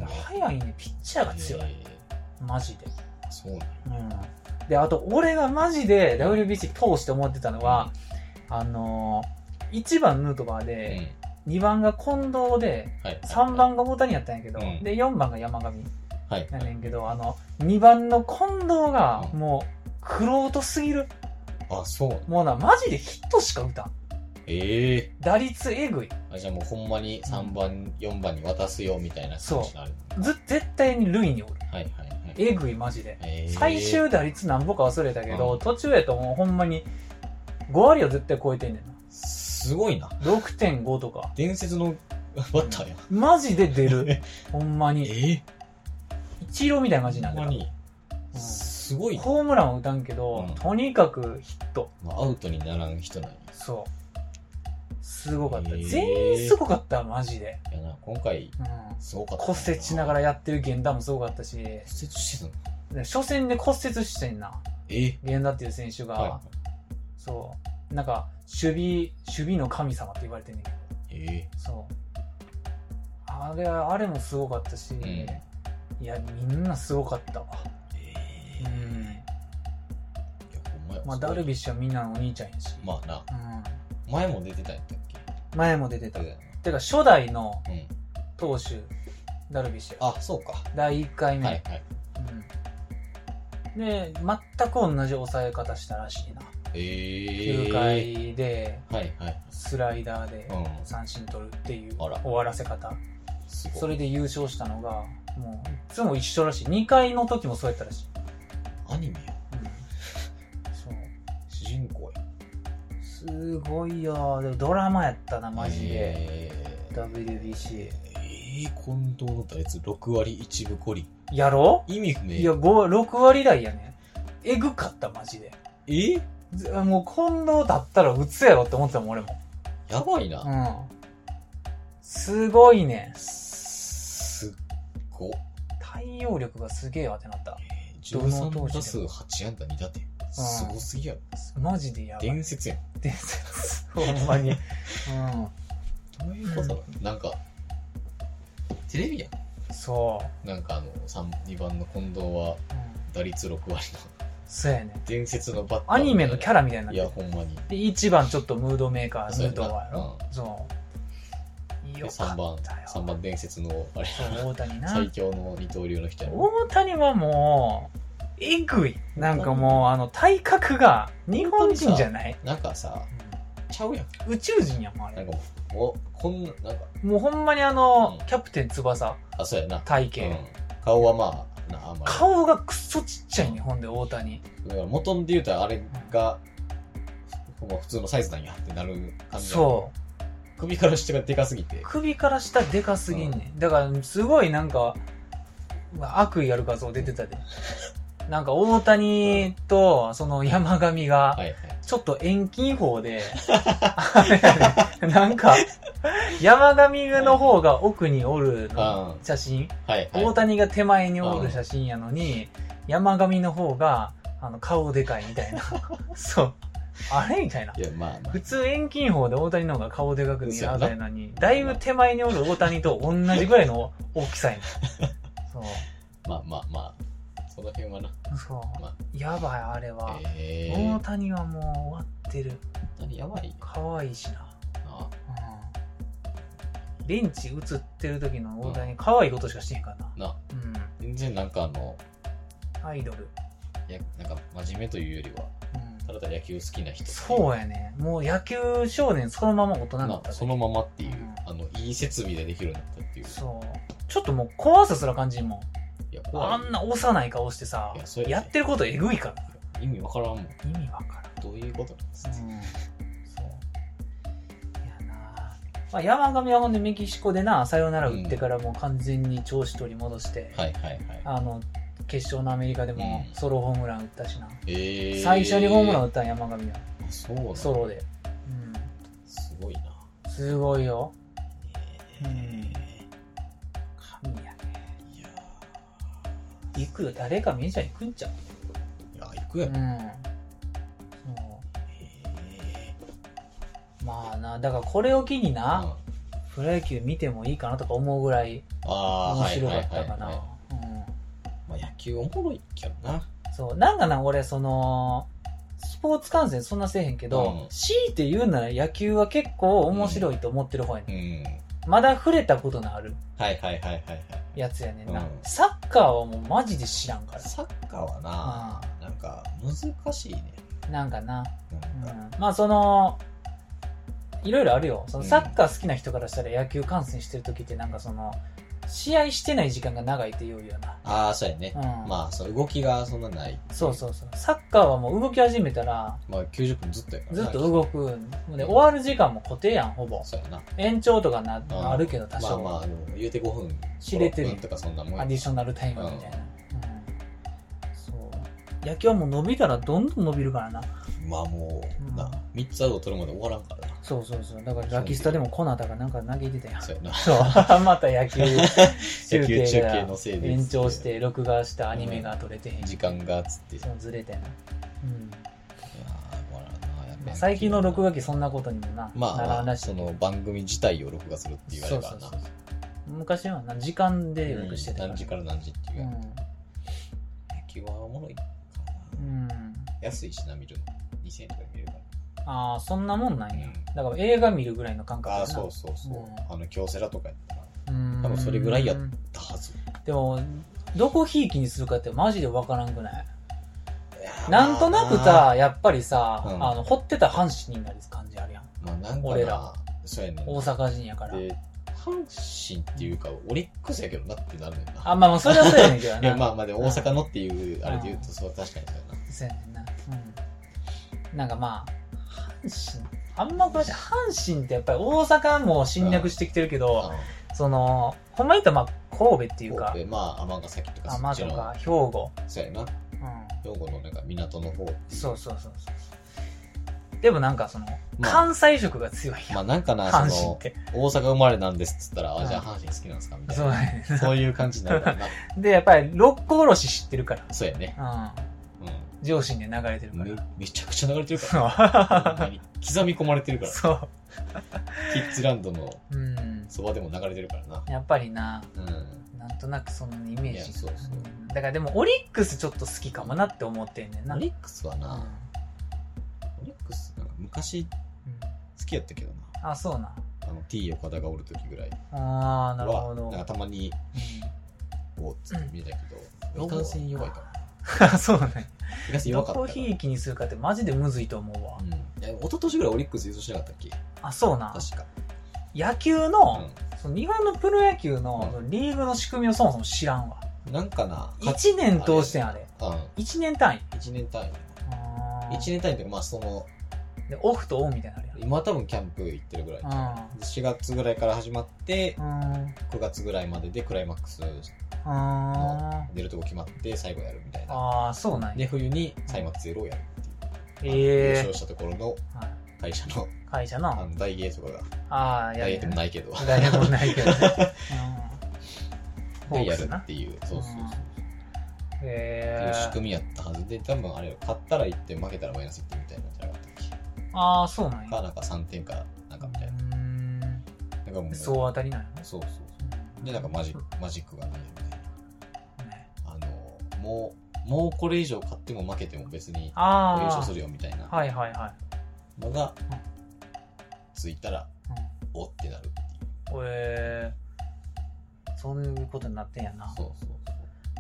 早いね、ピッチャーが強い。マジで。 そうね。 で、あと俺がマジで WBC 通して思ってたのは、1番ヌートバーで、2番が近藤で、3番が大谷やったんやけど、で、4番が山上やねんけど、2番の近藤がもう、玄人すぎる。 あ、そう。 もうな、マジでヒットしか打たん。打率えぐい。 じゃあもうほんまに3番、4番に渡すよみたいな感じになる。 絶対に塁におる。えぐいマジで。最終打率なんぼか忘れたけど、途中やともうほんまに5割は絶対超えてんねんな。 すごいな。 6.5 とか。 伝説のバッターや。 マジで出る。ほんまに。イチローみたいな感じになる。 ほんまに。すごい。 ホームランは打たんけど、とにかくヒット。 アウトにならん人なんや。 そう。すごかった。全員すごかった、マジで。 いやな、今回、すごかった。 骨折しながらやってる源田もすごかったし。骨折してたの？ 初戦で骨折してんな。源田っていう選手が。そう。なんか、守備の神様って言われてんねんけど。そう。あれもすごかったし、いや、みんなすごかったわ。まあ、ダルビッシュはみんなのお兄ちゃんやし。 まあな。前も出てたんやったっけ？ 前も出てた。てか、初代の投手、ダルビッシュ。 あ、そうか。 第1回目。で、全く同じ抑え方したらしいな。9回で、スライダーで三振取るっていう終わらせ方。それで優勝したのが、もう、いつも一緒らしい。2回の時もそうやったらしい。 アニメや。 そう。 主人公や。 すごいよ。でもドラマやったな、マジで。WBC。 近藤の打率6割1分5厘。 やろ？ 意味不明。 いや、6割台やね。えぐかった、マジで。もう近藤だったら打つやろって思ってたもん、俺も。 やばいな。 すごいね。 すっご。 対応力がすげえわってなった。 13打数8安打2打点。すごすぎやろ。 マジでやばい。 伝説やん。 伝説。ほんまに。 どういうことなの？なんか、テレビやん。 そう。 なんか2番の近藤は、打率6割の。 そうやね。 伝説のバッター。 アニメのキャラみたいになってる。 いや、ほんまに。 で、1番ちょっとムードメーカー、ヌートバーやろ。そう。 で、3番伝説の、あれ、 大谷な。 最強の二刀流の人やろ。 大谷はもう、えぐい。なんかもう、体格が日本人じゃない？ なんかさ、ちゃうやん。 宇宙人やん、あれ。 なんかもう、なんか。 もうほんまにキャプテン翼。 あ、そうやな。 体型。 顔はまあ、 あんまり。顔がくっそちっちゃいね、ほんで、大谷。 だから元で言うたらあれが、普通のサイズなんやってなる感じ。 そう。 首から下がでかすぎて。 首から下でかすぎんねん。だから、すごいなんか、悪意ある画像出てたで。なんか大谷と、その山上が、ちょっと遠近法で、あれやね、なんか、山上の方が奥におるの写真、大谷が手前におる写真やのに、山上の方が、顔でかいみたいな。そう。あれみたいな。 いや、まあ、 普通遠近法で大谷の方が顔でかく見えるはずやのに、だいぶ手前におる大谷と同じぐらいの大きさやねん。そう。 まあ、その辺はな。 そう。やばい、あれは。大谷はもう終わってる。 大谷やばい。 かわいいしな。ベンチ映ってる時の大谷、かわいいことしかしてへんからな。 全然なんかアイドル。 いや、なんか真面目というよりは、ただ野球好きな人。 そうやね。もう野球少年そのまま大人になった。 そのままっていう、いい設備でできるようになったっていう。 そう。ちょっともう怖さすら感じんもん。 いや、 あんな幼い顔してさ、やってることえぐいから。 意味わからんもん。 意味わからん。 どういうことなんですか。そう。いやな。山上はほんでメキシコでな、サヨナラ打ってからもう完全に調子取り戻して、決勝のアメリカでもソロホームラン打ったしな。最初にホームラン打ったん山上は。 そうなの。 ソロで。 すごいな。 すごいよ。神やね。行くよ。誰かメジャー行くんちゃう？ いや、行くやん。 そう。まあな、だからこれを機にな、プロ野球見てもいいかなとか思うぐらい面白かったかな。 野球おもろいけどな。 そう。なんかな、俺スポーツ観戦そんなせえへんけど、強いて言うなら野球は結構面白いと思ってる方やねん。まだ触れたことのあるやつやねんな。サッカーはもうマジで知らんから。 サッカーはな、なんか難しいね。 なんかな。まあいろいろあるよ。サッカー好きな人からしたら野球観戦してる時ってなんか試合してない時間が長いって言うよな。 ああ、そうやね。まあ、動きがそんなない。 そう。サッカーはもう動き始めたら、 まあ、90分ずっとやからずっと動く。で、終わる時間も固定やん、ほぼ。 そうやな。 延長とかあるけど、多少。 まあ、言うて5分。 知れてる。 とかそんなもん。 アディショナルタイムみたいな。そう。野球はもう伸びたらどんどん伸びるからな。 まあもう、3つアウト取るまで終わらんからな。 そう。だからラキスタでもコナタがなんか投げてたやん。 そうやな。 そう。また野球中継のせいで延長して録画したアニメが撮れてへん。 時間がつって。 そうずれたやな。いや最近の録画機そんなことにもな。 まあ、その番組自体を録画するって言われるからな。そう。 昔は時間で予約してたから。 何時から何時っていう。野球はおもろいかな。安いしな、見るの。2000円とかで見れるから。 ああ、そんなもんなんや。だから映画見るぐらいの感覚だな。 そう。京セラとかやったら。多分それぐらいやったはず。 でも、どこひいきにするかってマジでわからんくない？なんとなくさ、やっぱりさ、掘ってた阪神になる感じあるやん。 まあなんか俺ら。 そうやねん。 大阪人やから。 で、阪神っていうか、オリックスやけどなってなるねんな。 あ、まあそれはそうやねんけどな。 いや、まあでも大阪のっていう、あれで言うと、そう、確かにそうやな。そうやねんな。なんかまあ、阪神、あんまこうやって阪神ってやっぱり大阪も侵略してきてるけど、ほんまに言ったらまあ神戸っていうか、 まあ尼崎とか尼とか兵庫。 そうやな。兵庫のなんか港の方。 そう。でもなんか関西色が強いやん。 まあなんかな、 阪神って。 大阪生まれなんですっつったら、じゃあ阪神好きなんですかみたいな。そういう感じになるからな。で、 やっぱり六甲おろし知ってるから。 そうやね。 上心で流れてるから。 めちゃくちゃ流れてるから。刻み込まれてるから。 そう。 キッズランドのそばでも流れてるからな。 やっぱりな、なんとなくそのイメージ。だからでもオリックスちょっと好きかもなって思ってんねんな。 オリックスはな、オリックスなんか昔好きやったけどな。 あ、そうな。 T 岡田がおる時ぐらい。 ああ、なるほど。 なんかたまに、おっつって見たけど、いかんせん弱いから。そうね。 どこひいきにするかってマジでむずいと思うわ。 一昨年ぐらいオリックス優勝しなかったっけ？ あ、そうな。 確か。 野球の、日本のプロ野球のリーグの仕組みをそもそも知らんわ。 なんかな。 1年通してんあれ。1年単位。 1年単位。1年単位っていうか、まあで、オフとオンみたいなのあるやん。 今多分キャンプ行ってるぐらい。4月ぐらいから始まって、9月ぐらいまででクライマックスの出るとこ決まって最後やるみたいな。 ああ、そうなんや。 で、冬にサイマックスゼロをやるっていう。優勝したところの会社の大芸とかが、大芸でもないけど。 大芸でもないけどね。 で、やるっていう。そうそうそう。っていう仕組みやったはずで、多分あれ、勝ったら1点、負けたらマイナス1点みたいなんじゃなかったっけ。 ああ、そうなんや。 なんか3点か、なんかみたいな。なんかもうそう当たりなんやね。 そうそうそう。で、なんかマジックがないみたいな。もうこれ以上勝っても負けても別に優勝するよみたいなのがついたら、おってなるっていう。 そういうことになってんやな。 そうそうそう。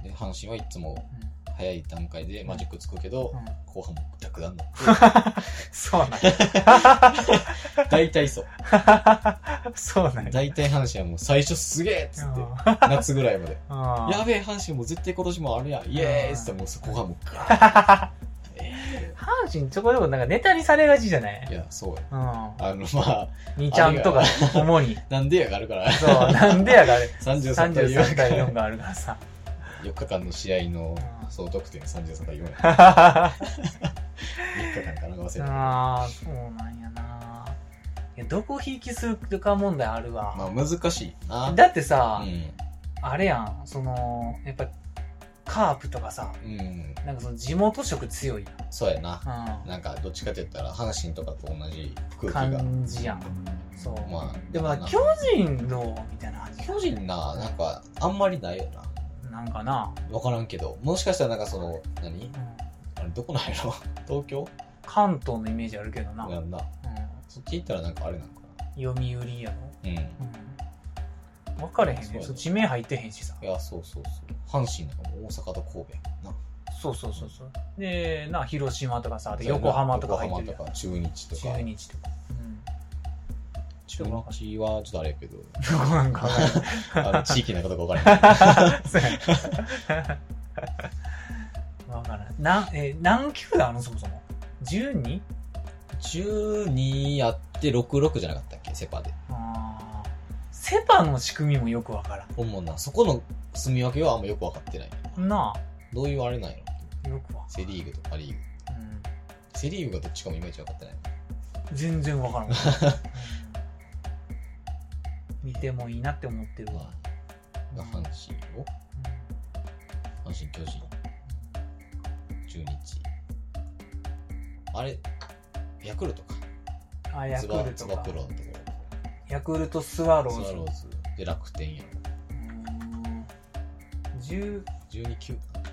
で、阪神はいつも早い段階でマジックつくけど、後半も逆段になって。 そうなんや。 大体そう。 そうなんや。 大体阪神はもう最初すげえっつって、夏ぐらいまで。やべえ、阪神も絶対今年もあるやん。イエーイっつってもう後半もガーッ。 阪神ちょこちょこなんかネタにされがちじゃない？ いや、そうや。 まあ、 2ちゃんとか主に。 なんでやがあるから。 そう、なんでやがある。 33 対4があるからさ。 4日間の試合の総得点33対4や。3日間かな忘れた。 ああ、そうなんやな。いや、どこ引きするか問題あるわ。 まあ難しいな。 だってさ、あれやん、やっぱカープとかさ、なんかその地元色強いやん。 そうやな。なんかどっちかって言ったら阪神とかと同じ空気が。 感じやん。そう。 まあ、 でも巨人どうみたいな感じ。 巨人な、なんかあんまりないよな。 なんかな。 わからんけど、もしかしたらなんか何あれどこなんやろ東京関東のイメージあるけどな。 やんな。そっち行ったらなんかあれなんかな。 読売やろ。分かれへんね。地名入ってへんしさ。 いや、そうそうそう。阪神なんかも大阪と神戸やな。 そう。で、広島とかさ、横浜とか入ってる。 横浜とか中日とか。 中日とか。 中日はちょっとあれやけど。 なんか地域なんかとか分からへん。 そうや。分からん。何球団あるのそもそも。12？ 12やって66じゃなかったっけセパで。 セパの仕組みもよくわからん。 ほんまな、そこの住み分けはあんまよくわかってない。 なあ。 どういうあれなんやろよくわ。 セリーグとパリーグ。セリーグがどっちかもいまいちわかってない。 全然わからん。見てもいいなって思ってるわ。 阪神を阪神、巨人、中日。あれ、ヤクルトか。 ヤクルトか。 つば九郎のところ。 ヤクルトスワローズ。 スワローズで楽天やろ。12球かな。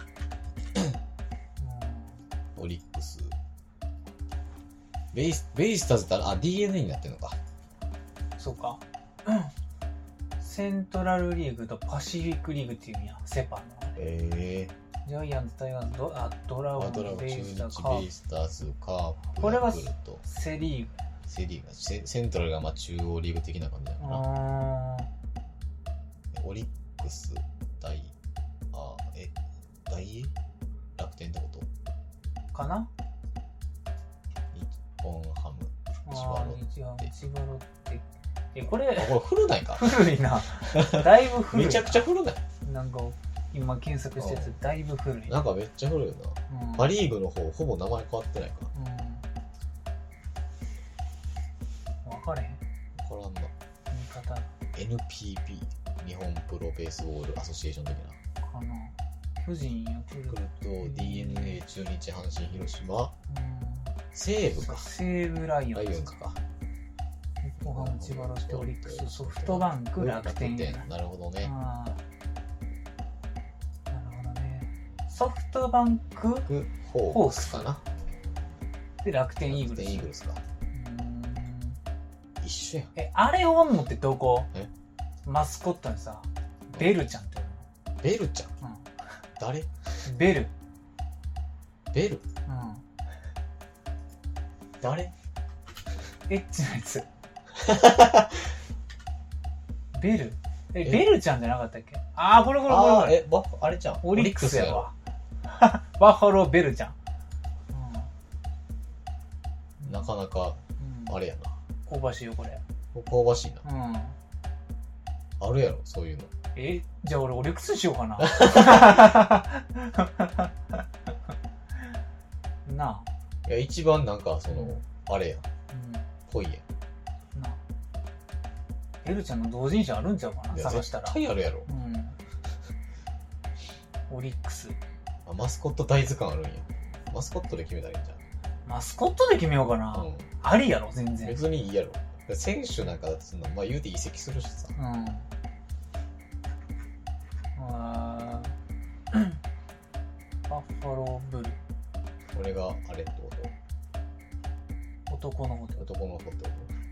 オリックス。ベイスターズってDNA になってんのか。 そうか。セントラルリーグとパシフィックリーグっていう意味や。セパの。ジャイアンツ、タイガース、ドラゴン、ベイスターズ、カープ、 これはセリーグ。 セントラルが中央リーグ的な感じだな。オリックス、大英楽天ってことかな。 日本ハム、千葉ロッテ。 これ古ないか。 古いな。だいぶ古い。 めちゃくちゃ古ない。 なんか今検索したやつだいぶ古い。 なんかめっちゃ古いな。パリーグの方ほぼ名前変わってないか。 分かれへん。 分からんな。言い方。NPB 日本プロベースボールアソシエーション的な。 かな。巨人、ヤクルト、DNA、中日、阪神、広島。西武か。 西武ライオンズか。 日本ハム、千葉ロッテ、オリックス、ソフトバンク、楽天。 なるほどね。 ソフトバンク、 ホークスかな。 で、楽天イーグルス。 か。一緒やん。 あれおんのってどこ？マスコットにさ、ベルちゃんっておるの。ベルちゃん？誰？ ベル。 誰？ エッチなやつ。ベル？ベルちゃんじゃなかったっけ？これ。 あれちゃん。 オリックスやわ。バッファローベルちゃん。 なんかなか、あれやな。 香ばしいよ、これ。 香ばしいな。 うん。 あるやろ、そういうの。 じゃあ俺オリックスにしようかな。なあ。 いや、一番なんか、あれや。ぽいやん。 なあ。ベルちゃんの同人誌あるんちゃうかな、探したら。 絶対あるやろ。 オリックス。 マスコット大図鑑あるんや。マスコットで決めたらいいんじゃん。 マスコットで決めようかな。ありやろ、全然。 別にいいやろ。選手なんかだってそんな、まあ言うて移籍するしさ。 バッファローブル。 これがあれってこと？男の子ってこと？ 男の子ってこと？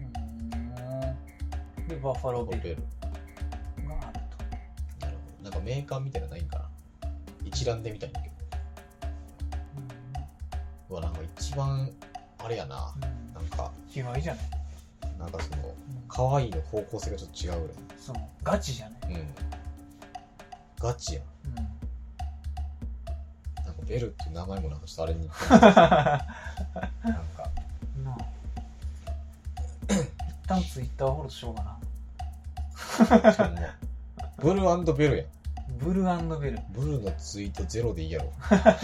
で、バッファローベルがあると。なるほど。なんかメーカーみたいなのないんかな。一覧で見たいんだけど。うわ、なんか一番、あれやな。なんか。 卑猥じゃない？ なんか可愛いの方向性がちょっと違うよね。 そう。ガチじゃない？ ガチやん。なんかベルっていう名前もなんかちょっとあれに。なんか。 一旦ツイッターフォローしようかな。 ブル&ベルやん。 ブル&ベル。 ブルのツイートゼロでいいやろ。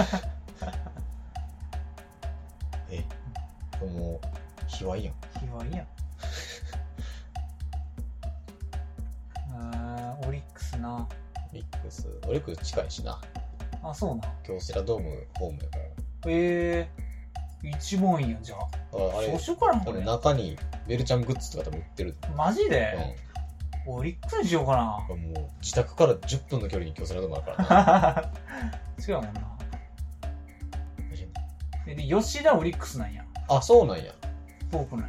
もう、卑猥やん。 卑猥やん。オリックスな。 オリックス近いしな。 あ、そうな。 京セラドームホームやから。 一番いいやん、じゃあ。 あれ、 そうしようかな、これ。 中にベルちゃんグッズとか多分売ってる。 マジで？オリックスにしようかな。 もう、自宅から10分の距離に京セラドームあるからな。 違うもんな。で、吉田オリックスなんや。 あ、そうなんや。 ぽくない。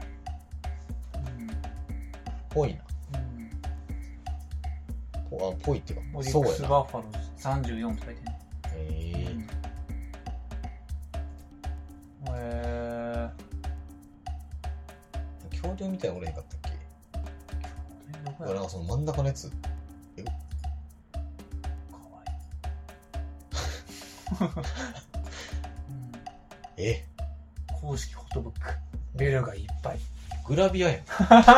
ぽいな。ぽいっていうか、 オリックスバッファローズ34って書いてる。 恐竜みたいなの俺へんかったっけ？なんかその真ん中のやつ。かわいい。 公式フォトブック。ベルがいっぱい。 グラビアやん。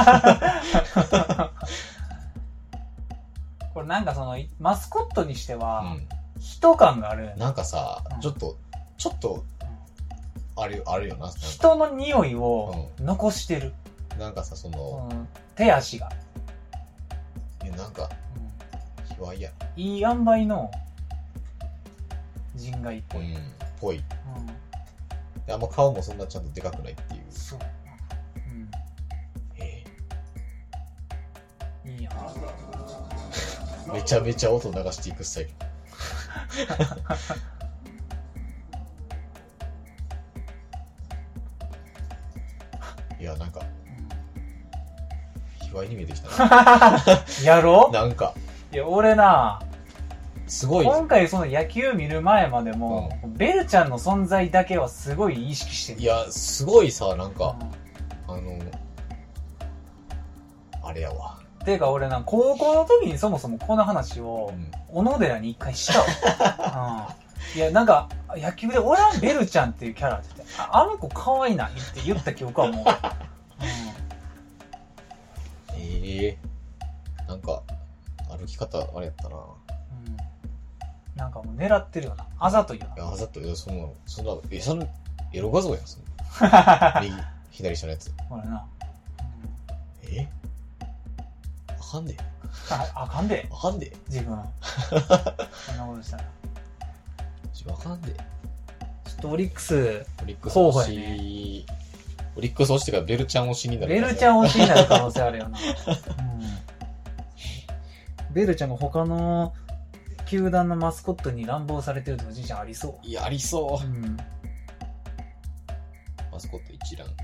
これなんかマスコットにしては、人感がある。 なんかさ、ちょっと、あるよな。 人の匂いを残してる。 なんかさ、 手足が。 なんか、卑猥や。 いい塩梅の人外っぽい。 ぽい。あんま顔もそんなちゃんとでかくないっていう。 そう。いいやん。 めちゃめちゃ音流していくスタイル。いや、なんか、卑猥に見えてきたな。 やろ？ なんか。 いや、俺な、 すごい。 今回野球見る前までも、ベルちゃんの存在だけはすごい意識してる。 いや、すごいさ、なんか、あれやわ。 ていうか俺高校の時にそもそもこの話を、小野寺に一回したわ。いや、なんか、野球で俺はベルちゃんっていうキャラって言って、あの子可愛いなって言った記憶はもう。 なんか、歩き方、あれやったな。 なんかもう狙ってるよな。あざといよな。 いや、あざといよ、そんな、エロ画像やん、右、左下のやつ。 ほらな。 あかんで。 あかんで。 あかんで。 自分。そんなことしたら。 あかんで。ちょっとオリックス候補やね。オリックス推しってからベルちゃん推しになる。 ベルちゃん推しになる可能性あるよな。ベルちゃんが他の球団のマスコットに乱暴されてるとおじいちゃんありそう。 いや、ありそう。マスコット一覧。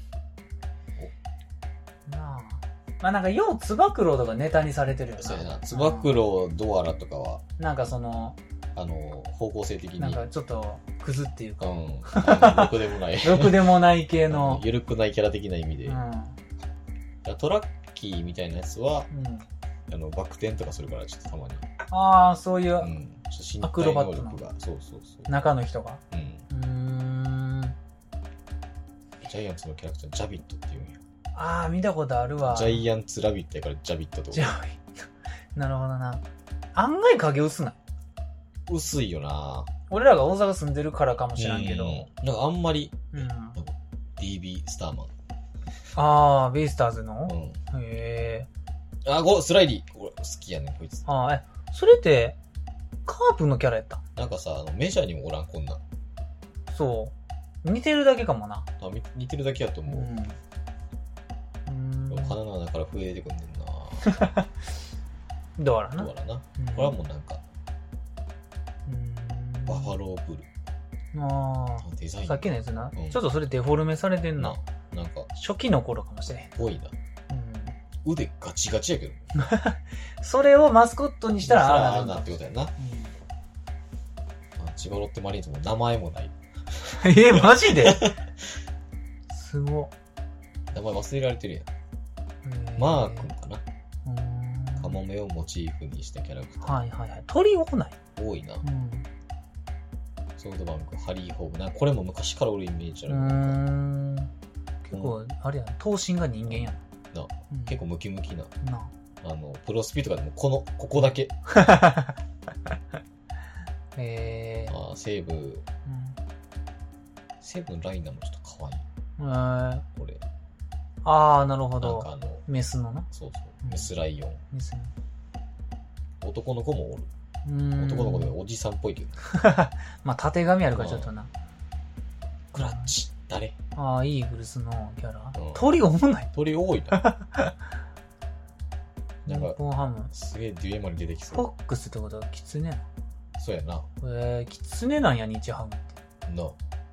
なあ。まあなんか、ようつば九郎とかネタにされてるよな。 そうやな。つば九郎、ドアラとかは。 なんか方向性的に。 なんかちょっと、クズっていうか。 ろくでもない。 ろくでもない系の。 ゆるくないキャラ的な意味で。トラッキーみたいなやつは、バク転とかするから、ちょっとたまに。 ああ、そういう、 アクロバットが。そう。 中の人が。 めちジャイアンツのキャラクタージャビットっていうんや。 あー、見たことあるわ。 ジャイアンツラビットやからジャビットってこと。 ジャビット。なるほどな。案外影薄ない。 薄いよな。 俺らが大阪住んでるからかもしらんけど。 なんかあんまり、 うん。 DB スターマン。 あー、ベイスターズの、 うん。 へー。 あ、スライディ。俺好きやねん、こいつ。 あー、それって、カープのキャラやった。 なんかさ、メジャーにもおらん、こんなん。 そう。似てるだけかもな。 似てるだけやと思う。でも鼻の穴から増えてくんねんな。 どうやらな。 どうやらな。これはもうなんか、バファローブル。 あデザイン。 さっきのやつな、 うんちょっとそれデフォルメされてんな。 なんか、 初期の頃かもしれん。 ぽいな。腕ガチガチやけど。 それをマスコットにしたらああなってことやな。千葉ロッテマリーンズも名前もない。 マジですご。 名前忘れられてるやん。マー君かな。カモメをモチーフにしたキャラクター。 はいはいはい。鳥多ない。 多いな。ソフトバンク、ハリー・ホーム。これも昔から俺イメージある。 結構、あれやん。頭身が人間やん。 結構ムキムキな。 な。 プロスピとかでもここだけ。西武。西武のライナーもちょっと可愛い。これ。 ああ、なるほど。 なんかメスのな。 そうそう。メスライオン。 メスの。男の子もおる。男の子でおじさんっぽいけど。 まあ、縦紙あるからちょっとな。 クラッチ。誰？ ああ、イーグルスのキャラ。鳥多ない？ 鳥多いな。 日本ハム。 すげえデュエマに出てきそう。 フォックスってことはキツネな。 そうやな。 キツネなんや、日ハムって。 な。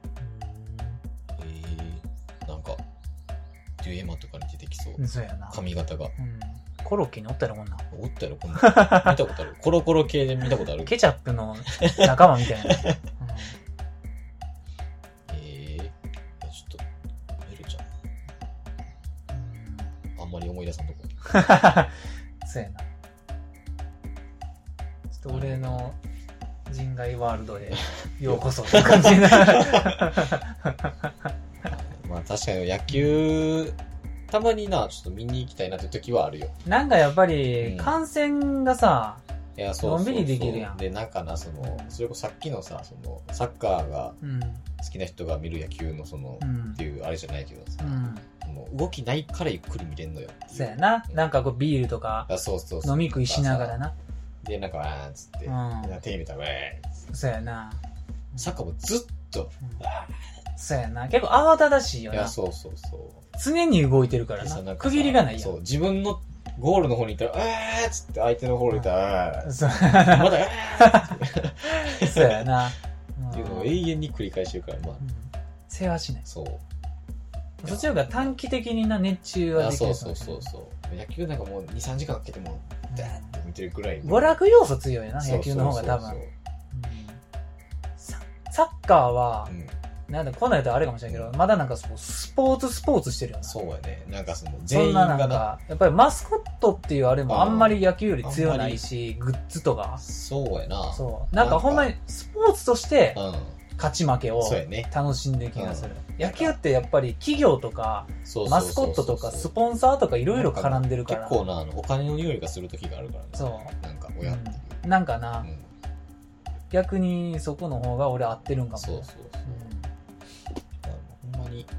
なんか、デュエマとかに出てきそう。 そうやな。 髪型が。 コロッケにおったやろ、こんなん。 おったやろ、こんなん。見たことある。コロコロ系で見たことある。 ケチャップの仲間みたいな。 ちょっと、メルちゃん。あんまり思い出さんとこ。 そうやな。ちょっと俺の人外ワールドへようこそって感じな。 まあ確かに野球、たまにな、ちょっと見に行きたいなって時はあるよ。 なんかやっぱり、観戦がさ、 いや、そうのんびりできるやん。 で、なんかな、それこそさっきのさ、サッカーが好きな人が見る野球のっていうあれじゃないけどさ、動きないからゆっくり見れんのよ。 そうやな。なんかこうビールとか、飲み食いしながらな。 で、なんかわーんつって、テレビ見たらわーそうやな。 サッカーもずっと、 そうやな。結構慌ただしいよな。 いや、そうそうそう。 常に動いてるからな。区切りがないやん。 そう、自分のゴールの方にいたら、つって相手のゴールにいたら、 そう。 まだ、 そうやな。 っていうのを永遠に繰り返してるから、まあ。 世話しない。 そう。 そっちの方が短期的にな、熱中はできる。 そう。野球なんかもう2、3時間かけても、ダーンって見てるくらい。 娯楽要素強いな、野球の方が多分。サッカーは、なんだ、こないだあれかもしれないけど、まだなんかスポーツしてるよな。 そうやね。なんか全員がなんか、やっぱりマスコットっていうあれもあんまり野球より強ないし、グッズとか。 そうやな。 そう。なんかほんまにスポーツとして、勝ち負けを楽しんでる気がする。野球ってやっぱり企業とか、マスコットとか、スポンサーとかいろいろ絡んでるから。 結構な、お金の匂いがする時があるからね。 そう。 なんか、親っていう。 なんかな、逆にそこの方が俺合ってるんかも。 そう。ほんまに、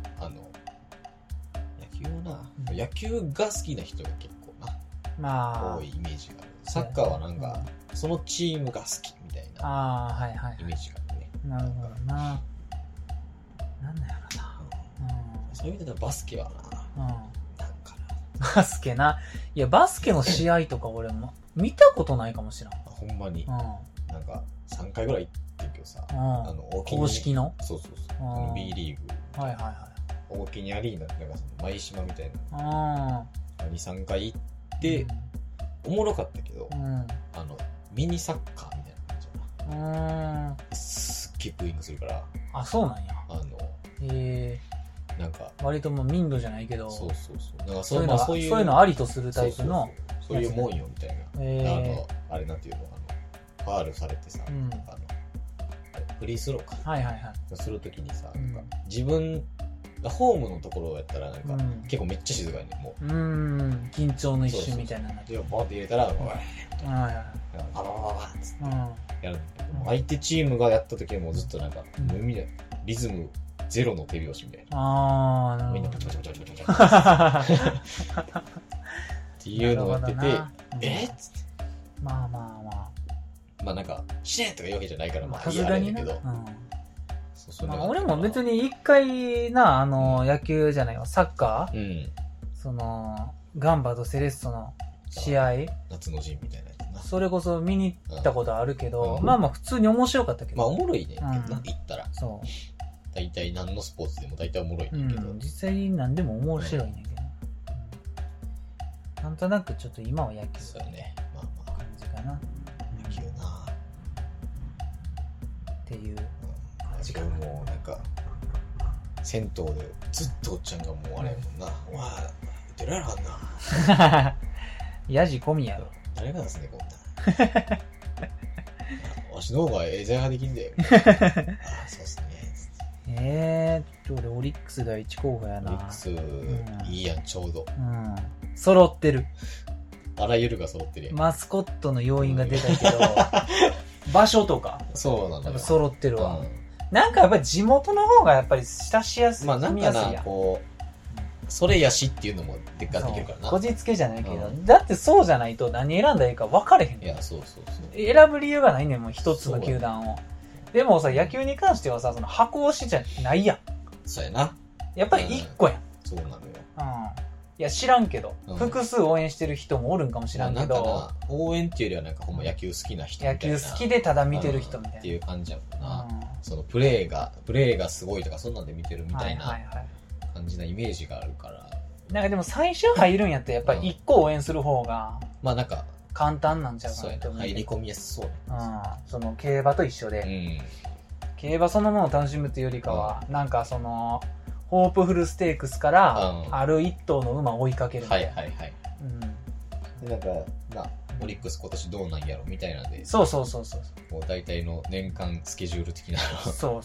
野球が好きな人が結構な、多いイメージがある。サッカーはなんか、そのチームが好きみたいな、イメージがあるね。 なるほどな。なんだやろな。 そういう意味ではバスケはな、なんかな。バスケな。いや、バスケの試合とか俺も見たことないかもしれん。 ほんまに。なんか、3回ぐらい行ってるけどさ、 公式のそう。B リーグ。大きにアリーナってなんか舞島みたいな。2、3回行って、おもろかったけど、ミニサッカーみたいな感じやな。すっげえブーイングするから。 あ、そうなんや。なんか。割ともう民度じゃないけど。 そう。なんかそういうのありとするタイプの。 そういうもんよ、みたいな。あれなんていうの、ファールされてさ、フリースローか。するときにさ、自分ホームのところやったらなんか、結構めっちゃ静かにね、もう。 緊張の一瞬みたいなので、バーって入れたら、ババババっつってやる。相手チームがやった時はもうずっとなんか、リズムゼロの手拍子みたいな。みんなパチパチパチパチパチパチっていうのをやってて、っつって。 まあなんか、死ねとか言うわけじゃないから、まあ、 さすがにね。俺もも別に一回な、野球じゃないよ、サッカーガンバとセレッソの試合。 夏の陣みたいなやつな。 それこそ見に行ったことあるけど、まあ普通に面白かったけど。 まあおもろいねんけどな、行ったら。 そう。 大体何のスポーツでも大体おもろいねんけど。 実際何でも面白いねんけど。なんとなくちょっと今は野球。 そうね。まあ感じかな。 野球なっていう感じかな。 もうなんか、銭湯でずっとおっちゃんがもうあれやもんな。お前、出られなかんな。 ヤジ込みやろ。 誰がですね、こんな。わしの方が座ができんだよ。そうっすね。俺オリックス第一候補やな。 オリックス、いいやん、ちょうど。 揃ってる。 あらゆるが揃ってるやん。 マスコットの要因が出たけど、場所とか。 そうなんだよ。 揃ってるわ。なんかやっぱり地元の方がやっぱり親しやすい。 まあなんかな、こう、それやしっていうのもでかできるからな。 こじつけじゃないけど、だってそうじゃないと何選んだらいいか分かれへん。 いや、そう。 選ぶ理由がないねん、もう一つの球団を。でもさ、野球に関してはさ、その箱推しじゃないやん。 そうやな。 やっぱり一個やん。 そうなのよ。 いや、知らんけど、複数応援してる人もおるんかもしらんけど、 なんかな、応援っていうよりはなんかほんま野球好きな人みたいな。 野球好きでただ見てる人みたいな。 っていう感じやもんな。そのプレーがすごいとかそんなんで見てるみたいな感じなイメージがあるから。 なんかでも最初入るんやったらやっぱり一個応援する方が、 まあなんか、 簡単なんちゃうかなって思う。 入り込みやすそうね。 その競馬と一緒で、競馬そのものを楽しむというよりかは、なんかその、ホープフルステークスから、ある一頭の馬を追いかけるみたいな。 なんか、オリックス今年どうなんやろみたいなんで。 そう。 もう大体の年間スケジュール的なの。 そう。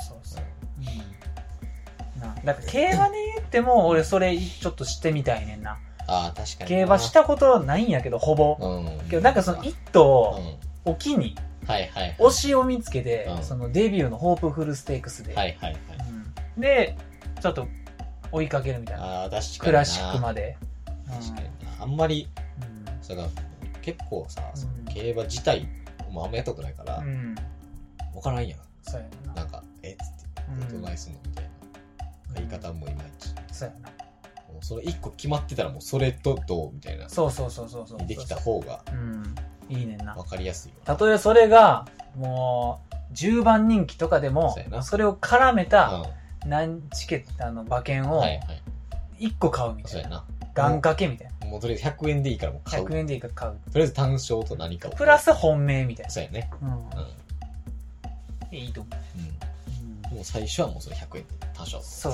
だから競馬で言っても、俺それちょっとしてみたいねんな。 確かに。 競馬したことないんやけど、ほぼ。けどなんかその一頭、おきに、推しを見つけて、そのデビューのホープフルステークスで。で、ちょっと追いかけるみたいな。クラシックまで。 確かにな。あんまり、結構さ、競馬自体、もうあんまやったことないから、わからんやん。 そうやな。 なんか、つって、どないすんのみたいな。言い方もいまいち。 そうやな。 それ一個決まってたらもうそれとどうみたいな。 そう。 できた方が、 いいねんな。 わかりやすい。 たとえそれが、もう、10番人気とかでも、それを絡めた、チケット、馬券を、1個買うみたいな。願掛けみたいな。 もうとりあえず100円でいいからもう買う。 100円でいいから買う。 とりあえず単勝と何かを。 プラス本命みたいな。 そうやね。 いいと思う。もう最初はもうそれ100円で単勝。 そう。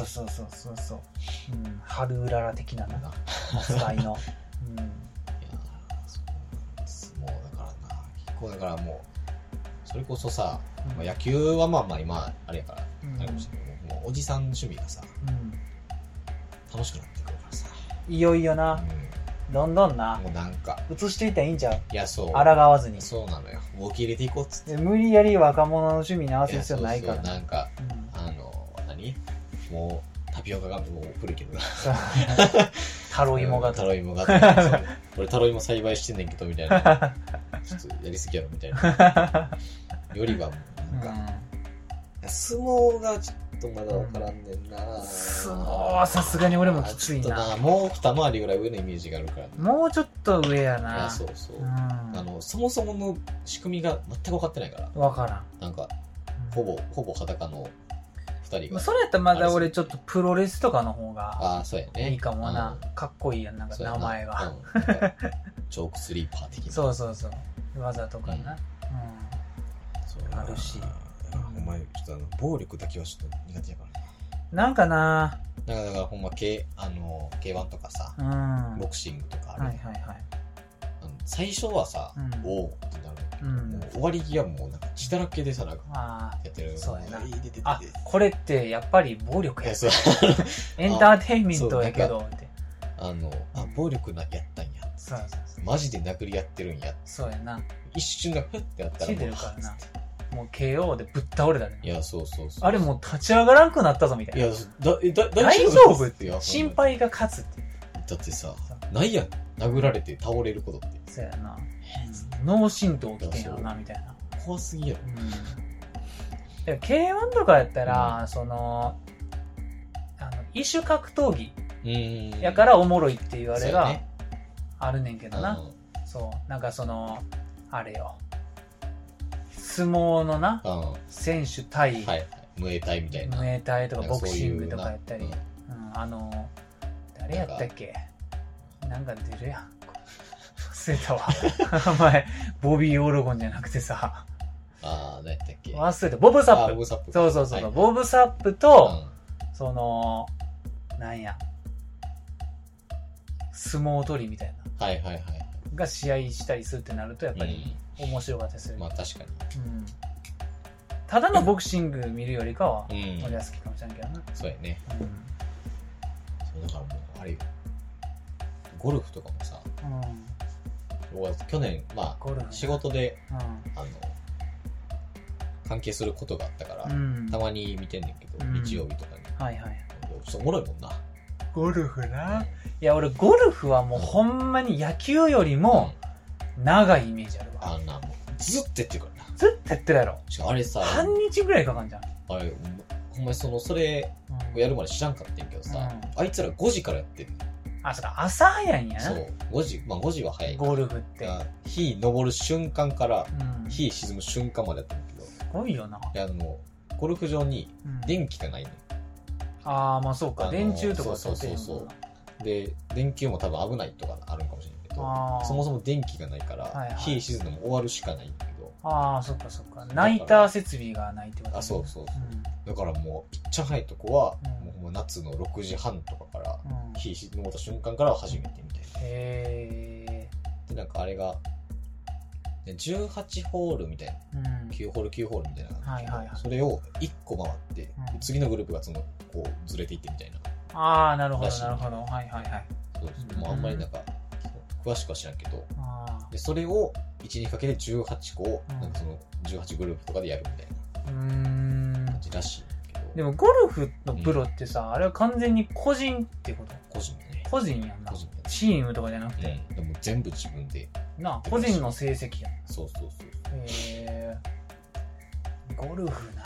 春うらら的なのが、扱いの。 もうだからな。結構だからもう、それこそさ、野球はまあ今、あれやから、あれかもしれないけど、もうおじさんの趣味がさ、楽しくなってくるからさ。 いよいよな。どんどんな。 もうなんか。 映していったらいいんちゃう？ いや、そう。 抗わずに。 そうなのよ。もう受け入れていこうっつって。 無理やり若者の趣味に合わせる必要ないから。 なんか、もう、タピオカがもう古いけどな。 タロイモが。 俺タロイモ栽培してんねんけど、みたいな。ちょっとやりすぎやろ、みたいな。よりはもう、なんか、相撲がちょっとまだわからんねんな。 相撲はさすがに俺もきついな。 もう二回りぐらい上のイメージがあるから。 もうちょっと上やな。 いや、そう。そもそもの仕組みが全く分かってないから。 分からん。 なんか、ほぼ裸の二人が。 それやったらまだ俺ちょっとプロレスとかの方がいいかもな。かっこいいやん、なんか名前が。 チョークスリーパー的な。 そう。技とかな。あるし。 お前、ちょっと暴力だけはちょっと苦手やからな。なんかな。 だからほんま、K1 とかさ、ボクシングとかある。最初はさ、おーってなるうん終わり際もなんか血だらけでさ、なんか、 あやってる。 そうやな出てあ、これってやっぱり暴力や。 そう。 エンターテインメントやけど、って。 暴力やったんや。 そうそうそう。 マジで殴り合ってるんや。 そうやな。 一瞬がふってやったら血出るからな。もう KO でぶっ倒れたね。 いや、そうそうそう。 あれもう立ち上がらんくなったぞみたいな。 いや、 大丈夫って心配が勝つって。 だってさ、ないやん。殴られて倒れることって。 そうやな。脳震盪起きてんやろな、みたいな。 怖すぎやろ。 K1 とかやったら、異種格闘技やからおもろいっていうあれがあるねんけどな。そう。なんかあれよ。相撲のな、選手対、 ムエタイみたいな。 ムエタイとかボクシングとかやったり。誰やったっけなんか出るやん。忘れたわ。前、ボビー・オロゴンじゃなくてさ。 何やったっけ忘れた。ボブ・サップ。そうそうそう。ボブ・サップと、なんや。相撲取りみたいな。 はいはいはい。 が試合したりするってなると、やっぱり面白かったりする。 まあ確かに。 ただのボクシング見るよりかは、俺は好きかもしれんけどな。 そうやね。そうだからもう、あれよ。ゴルフとかもさ、去年、まあ、仕事で、関係することがあったから、たまに見てんねんけど、日曜日とかに。 はいはい。 おもろいもんな。 ゴルフな。いや、俺、ゴルフはもうほんまに野球よりも、長いイメージあるわ。 もう、ずっとやってるからな。 ずっとやってるやろ。 あれさ、 半日ぐらいかかんじゃん。 あれ、ほんまにそれをやるまで知らんかってんけどさ、あいつら5時からやってんねん。 あ、そうか、朝早いんやな。 そう、5時は早い。 ゴルフって。 日昇る瞬間から、日沈む瞬間までやったんだけど。すごいよな。 ゴルフ場に電気がないねん。 ああ、まあそうか、電柱とかそうそうそう。で、電球も多分危ないとかあるんかもしれないけど、そもそも電気がないから、日沈むのも終わるしかないんだけど。 ああ、そっかそっか。ナイター設備がないってことね。 あ、そうそうそう。だからもう、いっちゃ早いとこは、もう夏の6時半とかから、日沈むた瞬間から始めてみたいな。 へー。で、なんかあれが、18ホールみたいな、9ホール9ホールみたいな、 はいはいはい、 それを1個回って、次のグループがこうずれていってみたいな。 ああ、なるほどなるほど。はいはいはい。 そうです。もうあんまりなんか、詳しくは知らんけど、でそれを1日かけて18個、なんかその18グループとかでやるみたいな感じらしいけど。 でもゴルフのプロってさ、あれは完全に個人ってこと？ 個人ね。 個人やんな。チームとかじゃなくて。 でも全部自分で。 なあ、個人の成績やん。 そうそうそう。 ゴルフな。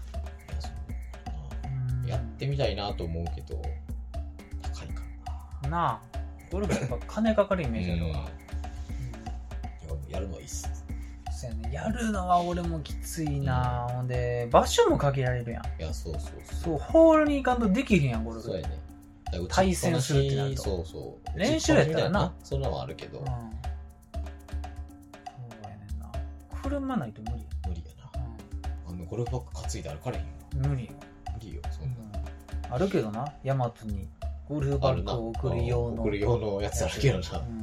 やってみたいなと思うけど、高いからな。なあ、ゴルフやっぱ金かかるイメージあるわ。 やるのはいいっす。 そうやね。やるのは俺もきついな。ほんで、場所も限られるやん。 いや、そうそうそう。ホールに行かんとできへんやん、ゴルフ。 そうやね。 対戦するってなると。 そうそう。 練習やったらな。 そんなのもあるけど。そうやねんな。車ないと無理や。 無理やな。ゴルフバッグ担いで歩かれへんよ。 無理よ。 無理よ、そんな。 あるけどな、ヤマトにゴルフバッグを送る用の。 送る用のやつあるけどな。そうか、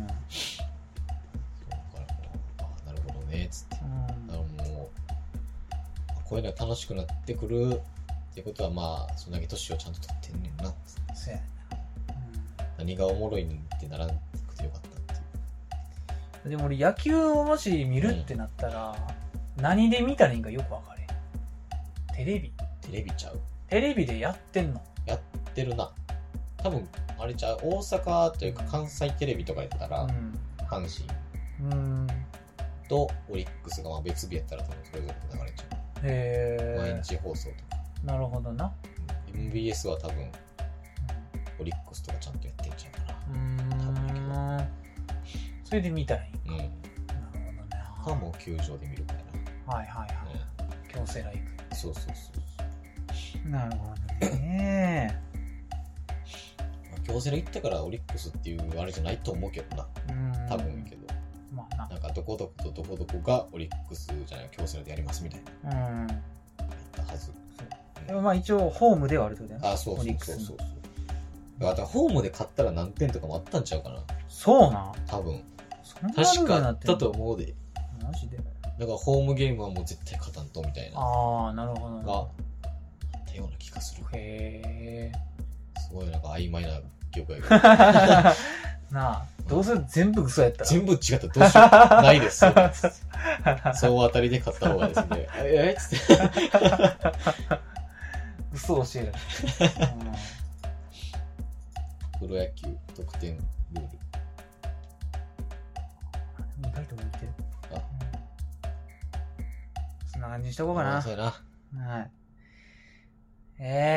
なるほどね、つって。だからもう、こういうのが楽しくなってくるってことは、まあ、そんだけ年をちゃんと取ってんねんな。 そうやね。 何がおもろいんってならなくてよかったっていう。 でも俺野球をもし見るってなったら、何で見たらいいんかよく分かれん。テレビちゃう？ テレビでやってんの？ やってるな。多分あれちゃう、大阪というか関西テレビとかやったら、阪神とオリックスがまあ別日やったら多分それぞれ流れちゃう。 へー。 毎日放送とか。 なるほどな。 MBS は多分オリックスとかちゃんとやってんちゃうかな。多分やけど。 それで見たらいいんか。 なるほどね。かもう球場で見るからな。はいはいはい。京セラ行く。 そうそうそう。 なるほどね。 京セラ行ったからオリックスっていうあれじゃないと思うけどな。多分いいけど。 まあな。 なんかどこどことどこどこがオリックスじゃない京セラでやりますみたいな。やったはず。 でもまあ一応ホームではあるってことだよね。 あ、そうそうそうそう。だからホームで勝ったら何点とかもあったんちゃうかな。 そうなん？ 多分。確かあったと思うで。 マジで？ だからホームゲームはもう絶対勝たんとみたいな。 ああ、なるほど。 が、あったような気がする。 へえ。 すごいなんか曖昧な業界なあ、どうせ全部嘘やったら。 全部違ったらどうしよう。ないですよ。総当たりで買った方がですね。つって。 嘘を教える。 プロ野球得点ルール。 意外と向いてる。 あ、 そんな感じにしとこうかな。 そうやな。 はい。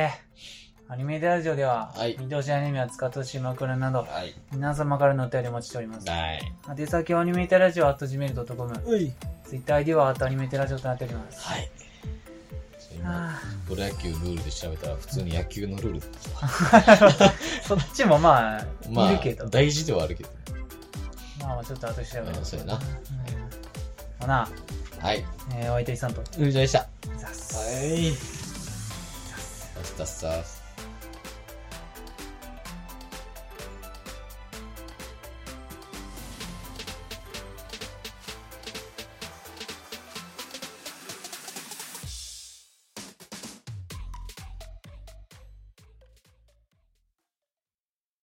アニメーターラジオでは、 はい見通しアニメや使ってほしい枕など、 はい。 皆様からのお便りお待ちしております。 はい。 宛先はアニメーターラジオ@gmail.com。 うい。 ツイッター ID はアニメーターラジオとなっております。 はい。今、 はプロ野球ルールで調べたら普通に野球のルールだったわ。 そっちもまあ、 まあ、 いるけど。 大事ではあるけど。 まあ、ちょっと後で調べる。 そうやな。 ほな、 はい。 お相手いさんと。 うるじゃでした。 ザッスはい。さっさっさ。